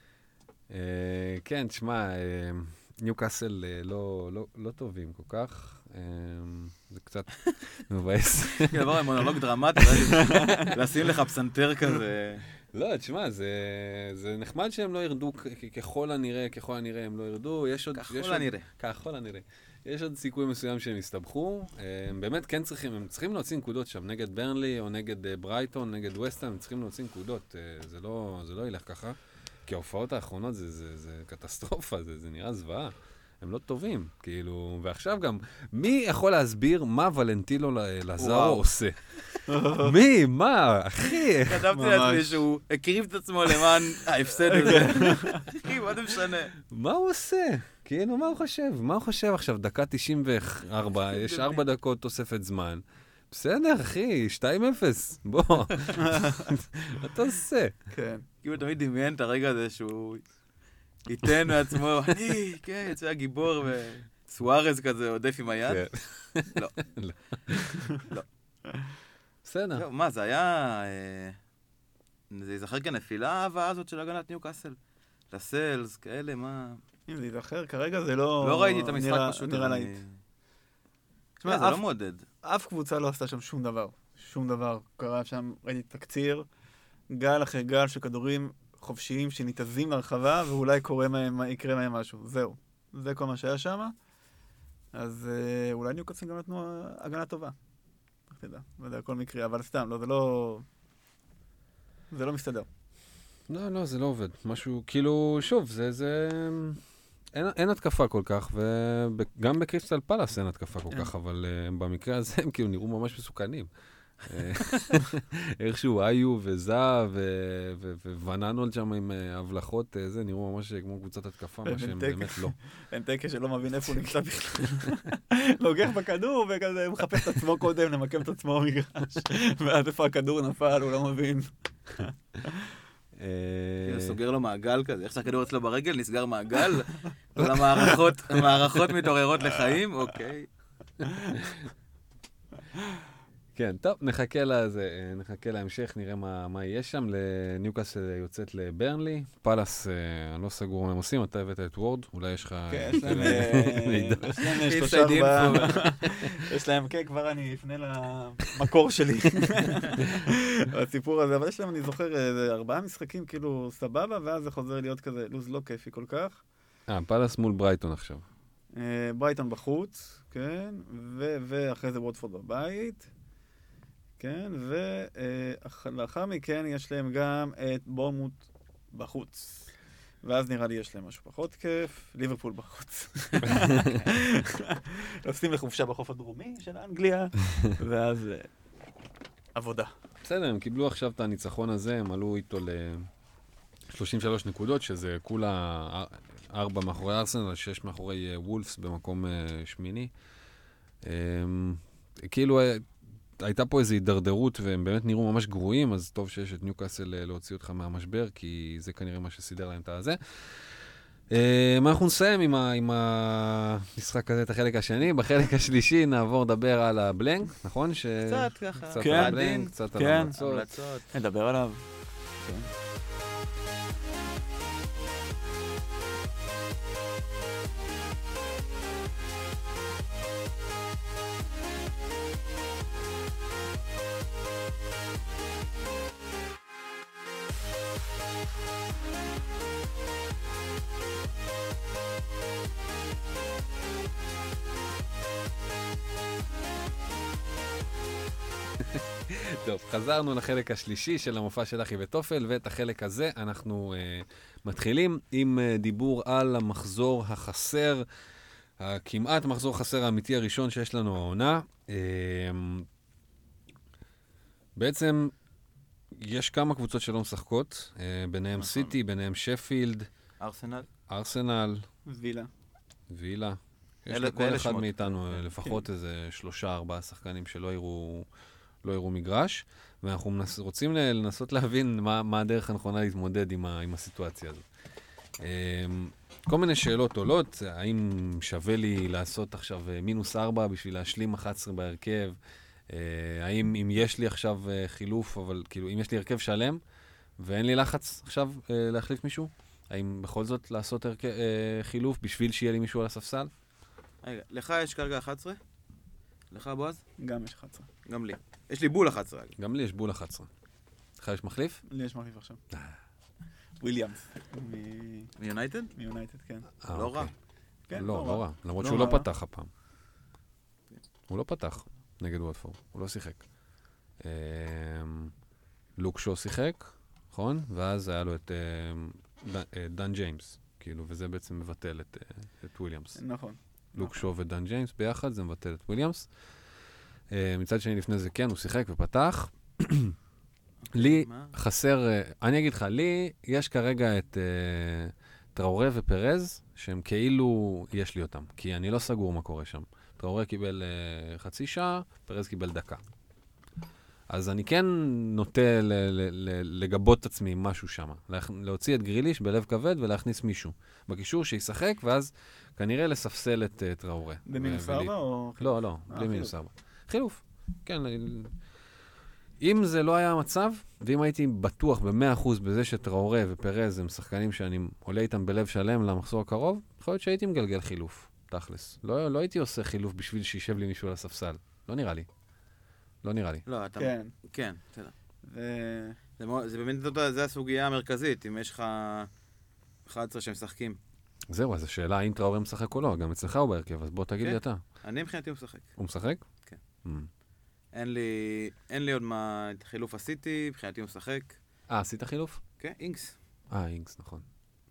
כן, תשמע, ניוקאסל לא טובים כל כך. זה קצת מבאס. כן, דבר עם מונולוג דרמטי, לשים לך פסנתר כזה. לא, תשמע, זה נחמד שהם לא ירדו, ככל הנראה הם לא ירדו. ככל הנראה. יש עוד סיכוי מסוים שהם יסתבכו. הם באמת כן הם צריכים להוציא נקודות שם, נגד ברנלי או נגד ברייטון, נגד וסטהאם, הם צריכים להוציא נקודות. זה לא ילך ככה, כי ההופעות האחרונות זה קטסטרופה, זה נראה זוועה. הם לא טובים, כאילו, ועכשיו גם, מי יכול להסביר מה ולנטינו לזארו עושה? מי? מה? אחי? כתבתי לעצמי שהוא הקריב את עצמו למען ההפסד הזה. אחי, מה זה משנה? מה הוא עושה? כאילו, מה הוא חושב? מה הוא חושב עכשיו? דקה 94, יש 4 דקות תוספת זמן. בסדר, אחי, 2-0, בוא. מה אתה עושה? כן. כאילו, תמיד דמיין את הרגע הזה שהוא... ייתן מעצמו, כן, יצא הגיבור וסוארז כזה עודף עם היד. לא. לא. בסדר. מה, זה היה... זה ייזכר כנפילה ההבאה הזאת של הגנת ניוקאסל. לסלס, כאלה, מה... אם זה ייזכר, כרגע זה לא... לא ראיתי את המשחק פשוט. נראה להיט. זה לא מודד. אף קבוצה לא עשתה שם שום דבר. שום דבר. קרה שם, ראיתי תקציר, גל אחרי גל של כדורים חופשיים שניתזים לרחבה, ואולי יקרה מהם משהו. זהו. זה כל מה שהיה שם. אז אולי ניוקאסל גם נתנו הגנה טובה. איך תדע, לא יודע, כל מקרה, אבל סתם, לא, זה לא מסתדר. לא, זה לא עובד. משהו, כאילו, שוב, אין התקפה כל כך, וגם בקריסטל פלאס אין התקפה כל כך, אבל במקרה הזה הם כאילו נראו ממש מסוכנים. איכשהו איו וזע וננולד שם עם הבלחות, זה נראו ממש כמו קבוצת התקפה, מה שהם באמת לא. אין תקה שלא מבין איפה הוא נמצא בכלל. לוקח בכדור וכזה מחפש את עצמו קודם, למקם את עצמו במגרש, ואז איפה הכדור נפל, הוא לא מבין. סוגר לו מעגל כזה, איך שהכדור אצלו ברגל, נסגר מעגל, כל המערכות מתעוררות לחיים, אוקיי. כן, טוב, נחכה להמשך, נראה מה יהיה שם. ניוקאסל יוצאת לברנלי, פלאס, אני לא סגור מה הם עושים, אתה הבאת את וורד, אולי יש לך... כן, יש להם, כן, כבר אני אפנה למקור שלי. הסיפור הזה, אבל יש להם, אני זוכר, 4 משחקים כאילו סבבה, ואז זה חוזר להיות כזה לוז לא כיפי כל כך. פלאס מול ברייטון עכשיו. ברייטון בחוץ, כן, ואחרי זה וודפורד בבית. כן, ולאחר מכן יש להם גם את בורנמוט בחוץ. ואז נראה לי יש להם משהו פחות כיף, ליברפול בחוץ. נוסעים לחופשה בחוף הדרומי של אנגליה, ואז עבודה. בסדר, הם קיבלו עכשיו את הניצחון הזה, הם עלו איתו ל-33 נקודות, שזה כולה 4 מאחורי ארסנל, 6 מאחורי וולפס במקום שמיני. כאילו... הייתה פה איזו הידרדרות, והם באמת נראו ממש גרועים, אז טוב שיש את ניוקאסל להוציא אותך מהמשבר, כי זה כנראה מה שסידר להם את הזה. אנחנו נסיים עם המשחק הזה, את החלק השני. בחלק השלישי נעבור לדבר על הבלנק, נכון? קצת ככה. קצת על הבלנק, קצת על המלצות. נדבר עליו. טוב, חזרנו לחלק השלישי של המופע של אחי וטופל, ואת החלק הזה אנחנו מתחילים עם דיבור על המחזור החסר, כמעט מחזור חסר האמיתי הראשון שיש לנו העונה. בעצם יש כמה קבוצות שלא משחקות, ביניהם סיטי, ביניהם שפילד, ארסנל, וילה. יש לכל אחד מאיתנו לפחות איזה 3-4 שחקנים שלא יראו מגרש, ואנחנו רוצים לנסות להבין מה הדרך הנכונה להתמודד עם הסיטואציה הזאת. כל מיני שאלות עולות, האם שווה לי לעשות עכשיו -4 בשביל להשלים 11 בהרכב, האם אם יש לי עכשיו חילוף, אבל כאילו אם יש לי הרכב שלם, ואין לי לחץ עכשיו להחליף מישהו, האם בכל זאת לעשות חילוף בשביל שיהיה לי מישהו על הספסל? רגע, לך יש כרגע 11? לך בועז? גם יש 11. גם לי. יש לי בול 11. גם לי יש בול 11. לך יש מחליף? לי יש מחליף עכשיו. וויליאמס. מיונייטד? מיונייטד, כן. לא רע. לא רע. למרות שהוא לא פתח הפעם. הוא לא פתח נגד וואטפורד. הוא לא שיחק. לוק שו שיחק, נכון? ואז היה לו את דן ג'יימס. כאילו, וזה בעצם מבטל את וויליאמס. נכון. לוק שו ודן ג'יימס ביחד, זה מבטל את וויליאמס. מצד שני לפני זה כן, הוא שיחק ופתח. לי חסר, אני אגיד לך, לי יש כרגע את טראורה ופרז, שהם כאילו יש לי אותם, כי אני לא סגור מה קורה שם. טראורה קיבל חצי שעה, פרז קיבל דקה. אז אני כן נוטה לגבות את עצמי עם משהו שם. להוציא את גריליש בלב כבד ולהכניס מישהו בקישור שישחק, ואז כנראה לספסל את טראורה. ב-4 או... לא, בלי -4. חילוף. כן, אם זה לא היה המצב, ואם הייתי בטוח ב100% בזה שטראורה ופרז הם שחקנים שאני עולה איתם בלב שלם למחזור הקרוב, יכול להיות שהייתי מגלגל חילוף, תכלס. לא הייתי עושה חילוף בשביל שישב לי מישהו על הספסל. לא נראה לי. לא, אתה... כן, בסדר. זה באמת, זה הסוגיה המרכזית, אם יש לך 11 שמשחקים. זהו, אז השאלה האם טראורה משחק או לא, גם אצלך הוא בהרכב, אז בוא תגיד לי אתה. אני מבחינתי הוא משחק. הוא משחק? כן. אין לי עוד מה, את חילוף עשיתי, מבחינתי הוא משחק. עשית חילוף? כן, אינגס. אינגס, נכון.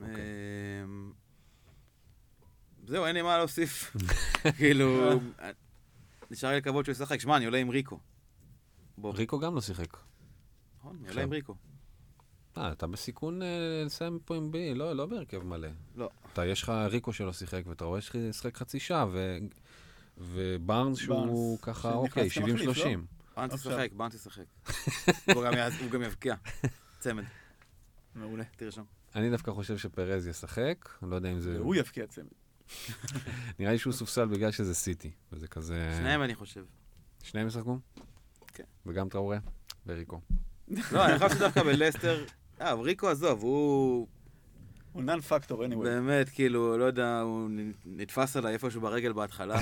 זהו, אין לי מה להוסיף. כאילו, נשאר לי לקוות שהוא ישחק. שמע, אני עולה עם ריקו. ריקו גם לא שיחק. נכון, אני עולה עם ריקו. אתה בסיכון לסיים פה עם בי, לא בהרכב מלא. לא. יש לך ריקו שלא שיחק, ואתה רואה ששיחק חצי שעה, ובארנס שהוא ככה, אוקיי, 70-30. בארנס ישחק. הוא גם יבקיע. צמד. מעולה. תרשום. אני דווקא חושב שפרז ישחק, אני לא יודע אם זה... הוא יבקיע צמד. נראה לי שהוא סופסל בגלל שזה סיטי, וזה כזה... שניהם אני חושב. שניהם ישחקו? כן. וגם טראורה וריקו. לא, אני חושב שדווקא בלסטר... ריקו עזוב, הוא נון פקטור, anyway. באמת, כאילו, לא יודע, הוא נתפס עליי איפשהו ברגל בהתחלה.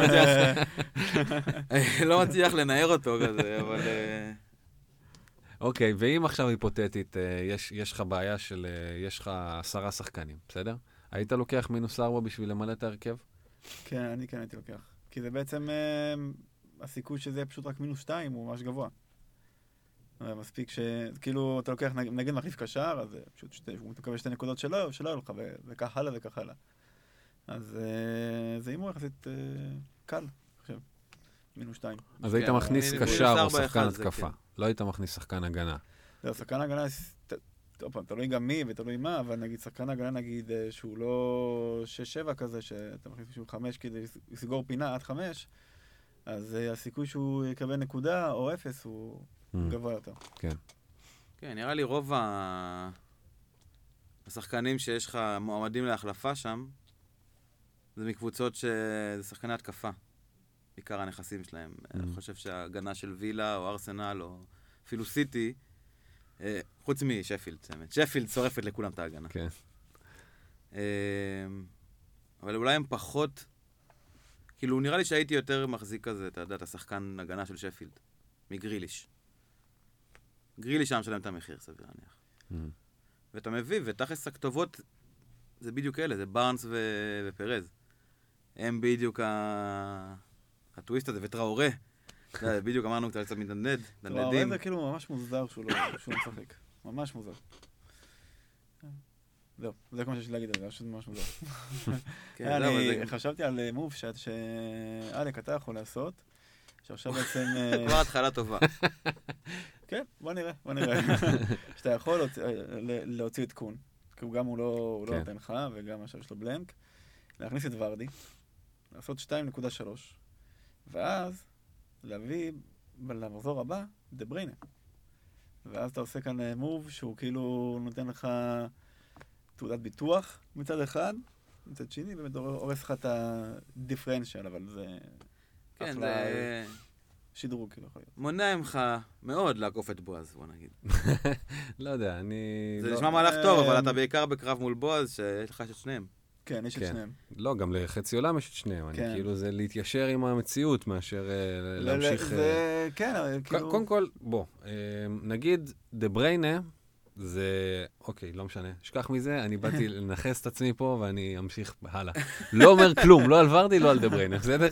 לא מצליח לנער אותו כזה, אבל... אוקיי, ואם עכשיו היפותטית, יש לך בעיה של... יש לך 10 שחקנים, בסדר? היית לוקח -4 בשביל למלא את ההרכב? כן, אני כן הייתי לוקח. כי זה בעצם... הסיכוי שזה יהיה פשוט רק -2 הוא ממש גבוה. מספיק שכאילו אתה לוקח נגד מחליף קשר, אז פשוט הוא מקבל 2 נקודות שלו לך, וכך הלאה וכך הלאה. אז זה אימור יחסית קל, עכשיו, -2. אז היית מכניס קשר או שחקן התקפה, לא היית מכניס שחקן הגנה. לא, שחקן הגנה, תלוי גם מי ותלוי מה, אבל נגיד שחקן הגנה נגיד שהוא לא 6-7 כזה, שאתה מכניס שהוא 5 כדי לסגור פינה עד 5, אז הסיכוי שהוא יקבל נקודה או 0 הוא... גבוה יותר. כן. כן, נראה לי רוב השחקנים שיש לך מועמדים להחלפה שם, זה מקבוצות שזה שחקני התקפה. עיקר הנכסים שלהם. אני חושב שההגנה של וילה או ארסנל או אפילו סיטי, חוץ משפילד, שפילד שורפת לכולם את ההגנה. כן. אבל אולי הם פחות, כאילו נראה לי שהייתי יותר מחזיק כזה, אתה יודע, את השחקן הגנה של שפילד, מגריליש. גריליש שם שלם את המחיר, סביר להניח. ואתה מביא, ותכלס הכתובות, זה בדיוק אלה, זה בארנס ופרז. הם בדיוק הטוויסט הזה, וטראורה. בדיוק אמרנו קצת מתנדנד, דנדדים. זה כאילו ממש מוזר שהוא לא משחק. ממש מוזר. זהו, זה כמו שיש לי להגיד על זה, שזה ממש מוזר. אני חשבתי על מוב שאלק אתה יכול לעשות, שעכשיו בעצם... כבר התחלה טובה. כן, בוא נראה. שאתה יכול להוציא את קון, כי גם הוא לא נותן לך, וגם עכשיו יש לו בלנק, להכניס את ורדי, לעשות 2.3, ואז להביא למחזור הבא דה בריינה. ואז אתה עושה כאן מוב שהוא כאילו נותן לך תעודת ביטוח מצד אחד, מצד שני, באמת הורס לך את הדיפרנציאל, אבל זה... כן, זה... שדרוג, כאילו יכול להיות. מונע ממך מאוד לעקוף את בועז, בוא נגיד. לא יודע, אני... זה נשמע מהלך טוב, אבל אתה בעיקר בקרב מול בועז, שיש לך את שניהם. כן, יש את שניהם. לא, גם לחצי עולם יש את שניהם. אני כאילו, זה להתיישר עם המציאות מאשר להמשיך... כן, כאילו... קודם כל, בוא, נגיד, דה בריינה, זה... אוקיי, לא משנה. שכח מזה, אני באתי לנחס את עצמי פה, ואני אמשיך הלאה. לא אומר כלום, לא על ורדי, לא על דה בריינה, בסדר?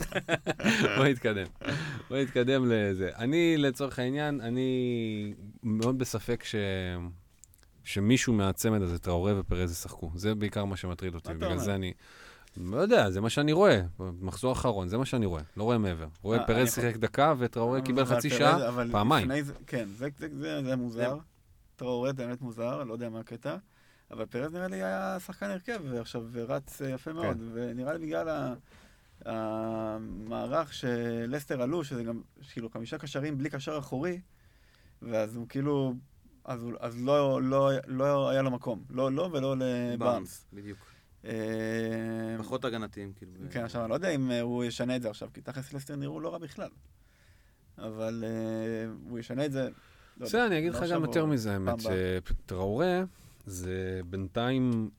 בוא נתקדם לזה. אני, לצורך העניין, אני מאוד בספק שמישהו מהצמד הזה, טראורה ופרז ישחקו. זה בעיקר מה שמטריד אותי. בגלל זה אני... לא יודע, זה מה שאני רואה. במחזור האחרון, זה מה שאני רואה. לא רואה מעבר. רואה פרז שיחק דקה, וטראורה קיבל חצי שעה, פעמיים. כן, זה מוזר. טראורה באמת מוזר, לא יודע מה הקטע. אבל פרז נראה לי היה שחקן הרכב, ועכשיו רץ יפה מאוד. ונראה לי בגלל המערך שלסטר עלו, שזה גם כאילו 5 קשרים בלי קשר אחורי, ואז הוא כאילו... אז לא היה לו מקום. לא ולא לבארנס. בדיוק. פחות הגנתיים, כאילו. כן, עכשיו, אני לא יודע אם הוא ישנה את זה עכשיו, כי תכף לסטר נראו לא רע בכלל. אבל הוא ישנה את זה... בסדר, אני אגיד לך גם יותר מזה, האמת, שטראורה זה בינתיים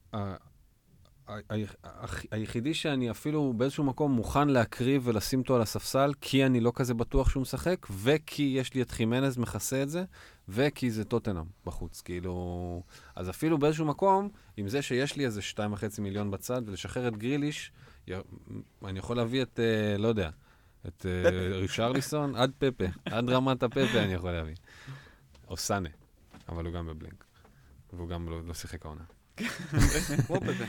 היחידי שאני אפילו באיזשהו מקום מוכן להקריב ולשים אותו על הספסל, כי אני לא כזה בטוח שהוא משחק, וכי יש לי את חימנז מכסה את זה, וכי זה טוטנהאם בחוץ. כאילו, אז אפילו באיזשהו מקום, עם זה שיש לי איזה 2.5 מיליון בצד, ולשחרר את גריליש, אני יכול להביא את, לא יודע, את רישרליסון עד פפה, עד רמת הפפה אני יכול להביא. או סאנה, אבל הוא גם בבלינק. והוא גם לא שיחק העונה. כמו פפה.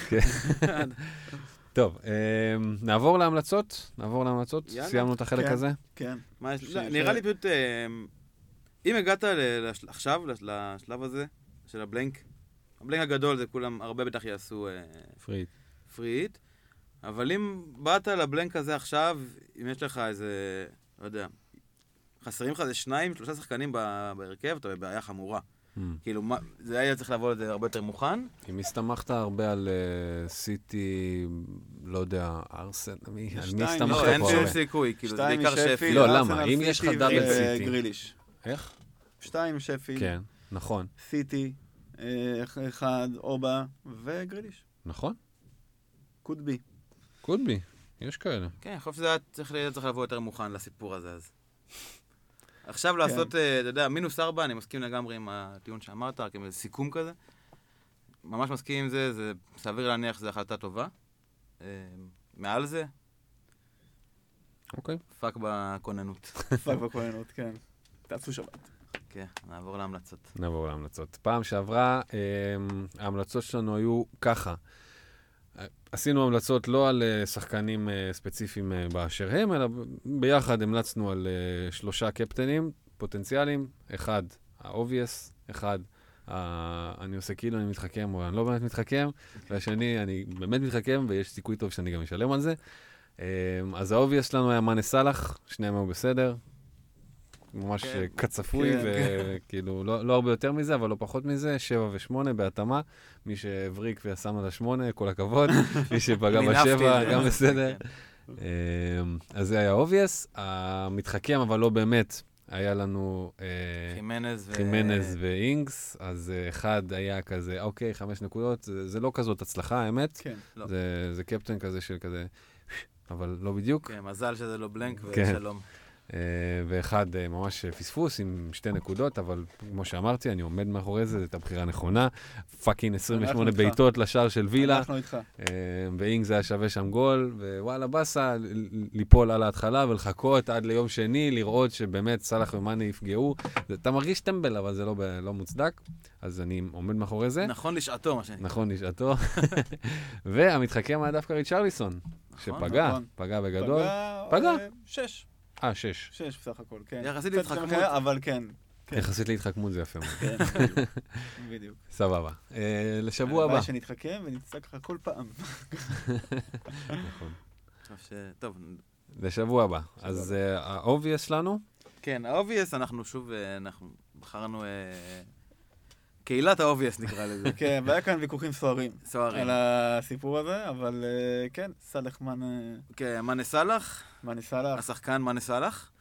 טוב, נעבור להמלצות? סיימנו את החלק הזה? כן. נראה לי פשוט, אם הגעת עכשיו, לשלב הזה, של הבלנק, הבלנק הגדול זה כולם, הרבה בטח יעשו פריט, אבל אם באת לבלנק הזה עכשיו, אם יש לך איזה, לא יודע, חסרים לך איזה 2-3 שחקנים בהרכב, אתה בבעיה חמורה. כאילו, זה היה צריך לבוא לזה הרבה יותר מוכן. אם הסתמכת הרבה על סיטי, לא יודע, ארסן, על מי הסתמכת פה? לא, אין שום סיכוי, כאילו, זה בעיקר שפיל. לא, למה? אם יש לך דאבל סיטי. גריליש. איך? 2 שפיל. כן, נכון. סיטי, 1, אובה וגריליש. נכון. קודבי. יש כאלה. כן, אני חושב שזה צריך לבוא יותר מוכן לסיפור הזה, אז. עכשיו לעשות, אתה יודע, -4, אני מסכים לגמרי עם הטיעון שאמרת, רק עם איזה סיכום כזה. ממש מסכים עם זה, זה סביר להניח שזו החלטה טובה. מעל זה, אוקיי. פאק בכוננות. כן. תעשו שבת. כן, נעבור להמלצות. פעם שעברה, ההמלצות שלנו היו ככה. עשינו המלצות לא על שחקנים ספציפיים באשר הם, אלא ביחד המלצנו על 3 קפטנים פוטנציאליים. 1, ה-obvious, 1, אני עושה כאילו אני מתחכם, או אני לא באמת מתחכם, והשני, אני באמת מתחכם, ויש סיכוי טוב שאני גם אשלם על זה. אז ה-obvious שלנו היה מאנה סלאח, שניהם היו בסדר, ממש קצפוי, וכאילו, לא הרבה יותר מזה, אבל לא פחות מזה, 7 ו8 בהתאמה. מי שהבריק ושם על 8, כל הכבוד. מי שפגע ב7, גם בסדר. אז זה היה obvious. המתחכם, אבל לא באמת, היה לנו חימנז ואינגס. אז 1 היה כזה, אוקיי, 5 נקודות. זה לא כזאת הצלחה, האמת. זה קפטן כזה של כזה, אבל לא בדיוק. כן, מזל שזה לא בלנק ושלום. ואחד ממש פספוס עם 2 נקודות, אבל כמו שאמרתי, אני עומד מאחורי זה, זאת הבחירה נכונה. פאקינג 28 בעיטות לשער של וילה. אנחנו איתך. ואינג זה היה שווה שם גול, ווואלה בסה, ליפול על ההתחלה ולחכות עד ליום שני, לראות שבאמת סלאח ומאני יפגעו. אתה מרגיש טמבל, אבל זה לא מוצדק, אז אני עומד מאחורי זה. נכון לשעתו, מה שאני. נכון לשעתו. והמתחכם היה דווקא ריצ'רליסון, שפגע, פגע בגדול. פגע? 6. 6. 6 בסך הכל, כן. יחסית להתחכמות. אבל כן. יחסית להתחכמות זה יפה מאוד. כן, בדיוק. סבבה. לשבוע הבא. הבא שנתחכם ונצטרך לך כל פעם. נכון. טוב. לשבוע הבא. אז ה-obvious שלנו? כן, ה-obvious, אנחנו בחרנו קהילת ה-obvious נקרא לזה. כן, והיה כאן ויכוחים סוערים. על הסיפור הזה, אבל כן, סלאח מאנה... כן, מאנה סלאח. מאנה סלאח. השחקן מאנה סלאח.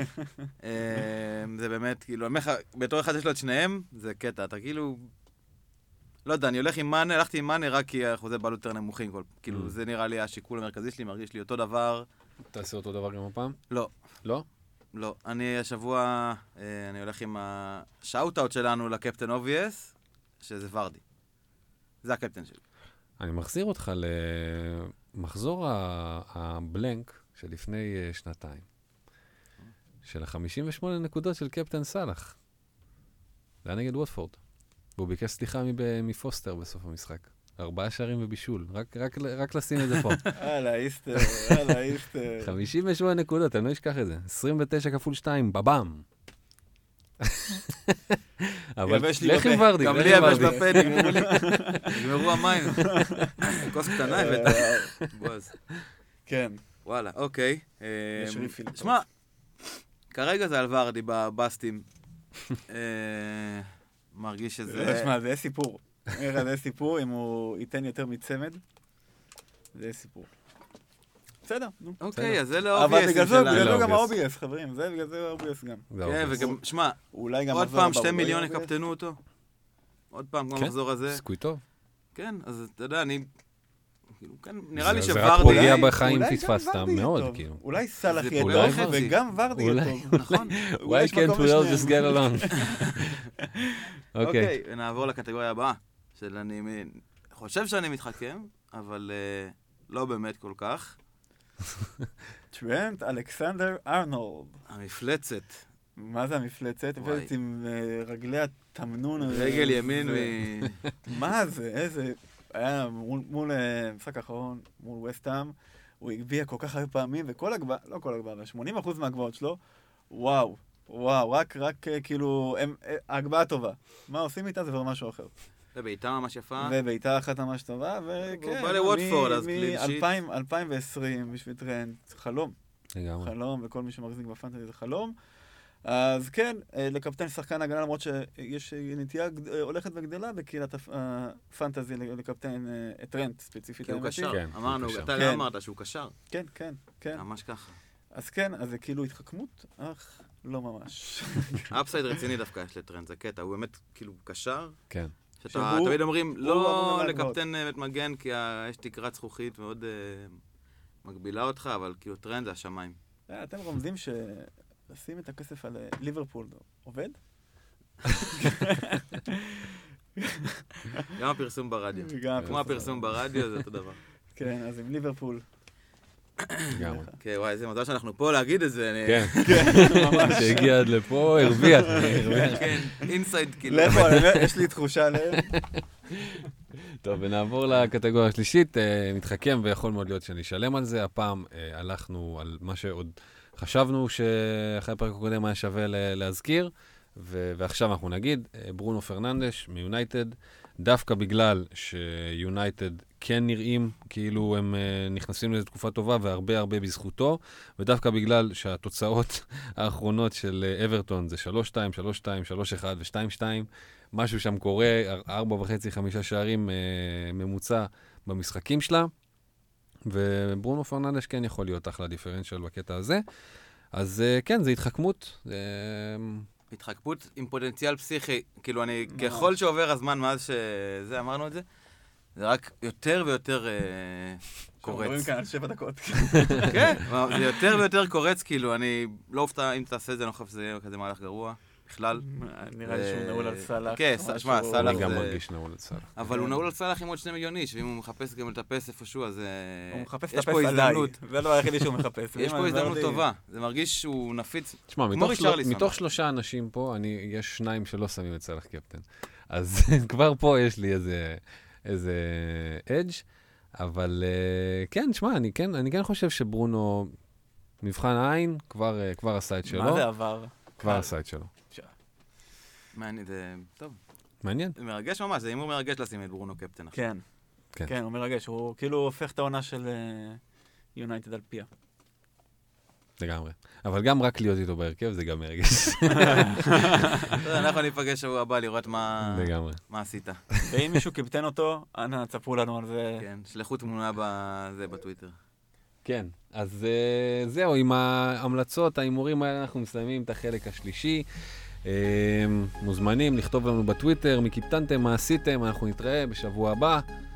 זה באמת, כאילו, בתור אחד יש לו את שניהם, זה קטע, אתה כאילו... לא יודע, אני הלכתי עם מאנה רק כי אחוזי בעלות יותר נמוכים. כאילו, זה נראה לי השיקול המרכזי שלי, מרגיש לי אותו דבר. תעשה אותו דבר גם הפעם? לא. לא? לא. השבוע, אני הולך עם השאוט-אוט שלנו לקפטן אובייס, שזה ורדי. זה הקפטן שלי. אני מחזיר אותך למחזור הבלנק של לפני שנתיים. של 58 נקודות של קפטן סלאח. זה היה נגד ווטפורד. והוא ביקש סליחה מפוסטר בסוף המשחק. 4 שערים ובישול. רק לשים את זה פה. הלאה, איסטר. 58 נקודות, אני לא אשכח את זה. 29 כפול 2, בבאם. אבל לך עם ורדי. גם לי יבש בפה, נגמרו המים. כוס קטנה הבאת. בוז. כן. וואלה, אוקיי. יש ריפיל. שמע, כרגע זה על ורדי בבאסטים. מרגיש שזה... שמע, זה סיפור. זה סיפור, אם הוא ייתן יותר מצמד, זה סיפור. בסדר, נו. אוקיי, אז זה לא-obvious. אבל בגלל זה גם ה-obvious, חברים. זה בגלל זה ה-obvious גם. כן, וגם, שמע, עוד פעם 2 מיליון יקפטנו אותו. עוד פעם, כמו המחזור הזה. סיכוי טוב. כן, אז אתה יודע, נראה לי זה שוורדי... רק פוגע בך אם פספסת מאוד, כאילו. אולי סלאח יהיה טוב, וגם ורדי יהיה טוב. נכון. Why can't we all just get along? אוקיי, נעבור לקטגוריה הבאה, אני חושב שאני מתחכם, אבל לא באמת כל כך. טרנט אלכסנדר ארנולד. המפלצת. מה זה המפלצת? מפלצת עם רגלי התמנון. רגל ימין מה זה? איזה... היה מול משחק האחרון, מול וסטהאם, הוא הגביע כל כך הרבה פעמים, וכל הגבעה, לא כל הגבעה, 80% מהגבעות שלו, וואו, רק כאילו, ההגבעה טובה. מה עושים איתה זה כבר משהו אחר. ובעיטה ממש יפה. ובעיטה אחת ממש טובה, וכן. הוא בא לווטפורד, אז קלין שיט. מ-2020 בשביל טרנד, חלום. חלום, וכל מי שמחזיק בפנטזי זה חלום. אז כן, לקפטן שחקן הגנה, למרות שיש נטייה הולכת וגדלה בקהילת הפנטזי לקפטן טרנט ספציפית. כי הוא קשר, אמרנו, אתה לא אמרת שהוא קשר. כן, כן, כן. ממש ככה. אז כן, אז זה כאילו התחכמות, אך לא ממש. אפסייד רציני דווקא יש לטרנט, זה קטע, הוא באמת כאילו קשר. כן. שאתה תמיד אומרים, לא לקפטן באמת מגן, כי יש תקרת זכוכית מאוד מגבילה אותך, אבל כאילו טרנט זה השמיים. אתם רומזים לשים את הכסף על ליברפול, עובד? גם הפרסום ברדיו. כמו הפרסום ברדיו, זה אותו דבר. כן, אז עם ליברפול. כן, וואי, איזה מזל שאנחנו פה להגיד את זה. כן, ממש. שהגיע עד לפה, הרוויח. כן, אינסייד כאילו. לכו, יש לי תחושה עליהם. טוב, ונעבור לקטגוריה השלישית. מתחכם ויכול מאוד להיות שאני אשלם על זה. הפעם הלכנו על מה שעוד חשבנו שאחרי הפרק הקודם היה שווה להזכיר, ועכשיו אנחנו נגיד, ברונו פרננדש מיונייטד, דווקא בגלל שיונייטד כן נראים כאילו הם נכנסים לאיזו תקופה טובה והרבה בזכותו, ודווקא בגלל שהתוצאות האחרונות של אברטון זה 3-2, 3-2, 3-1 ו-2-2, משהו שם קורה, 4.5-5 שערים ממוצע במשחקים שלה, וברונו פרננדש כן יכול להיות אחלה דיפרנציאל בקטע הזה. אז כן, זה התחכמות. התחכמות עם פוטנציאל פסיכי. כאילו, ככל שעובר הזמן מאז שזה, אמרנו את זה, זה רק יותר ויותר קורץ. אומרים כאן 7 דקות. כן, זה יותר ויותר קורץ, כאילו, אני לא אופתע אם תעשה את זה, אני לא חושב שזה יהיה כזה מהלך גרוע, בכלל. נראה לי שהוא נעול על סלאח. כן, שמע, סלאח זה... אני גם מרגיש נעול על סלאח. אבל הוא נעול על סלאח עם עוד 2 מיליון איש, ואם הוא מחפש גם לטפס איפשהו, אז... הוא מחפש לטפס עליי. זה הדבר היחידי שהוא מחפש. יש פה הזדמנות טובה. זה מרגיש שהוא נפיץ. תשמע, מתוך 3 אנשים פה, יש 2 שלא שמים את סלאח קפטן. אז כבר פה יש לי איזה אדג', אבל כן, תשמע, אני כן חושב שברונו, מבחן העין, כבר עשה את שלו. מה זה עבר? כבר עשה את שלו. מעניין, זה טוב. מעניין. זה מרגש ממש, זה הימור מרגש לשים את ברונו קפטן. כן, הוא מרגש, הוא כאילו הופך את העונה של יונייטד על פיה. לגמרי. אבל גם רק להיות איתו בהרכב זה גם מרגש. אנחנו ניפגש שבוע הבא לראות מה עשית. ואם מישהו קפטן אותו, אנא תספרו לנו על זה. כן, שלחו תמונה בטוויטר. כן, אז זהו, עם ההמלצות, ההימורים האלה אנחנו מסיימים את החלק השלישי. מוזמנים לכתוב לנו בטוויטר, מי קפטנתם, מה עשיתם, אנחנו נתראה בשבוע הבא.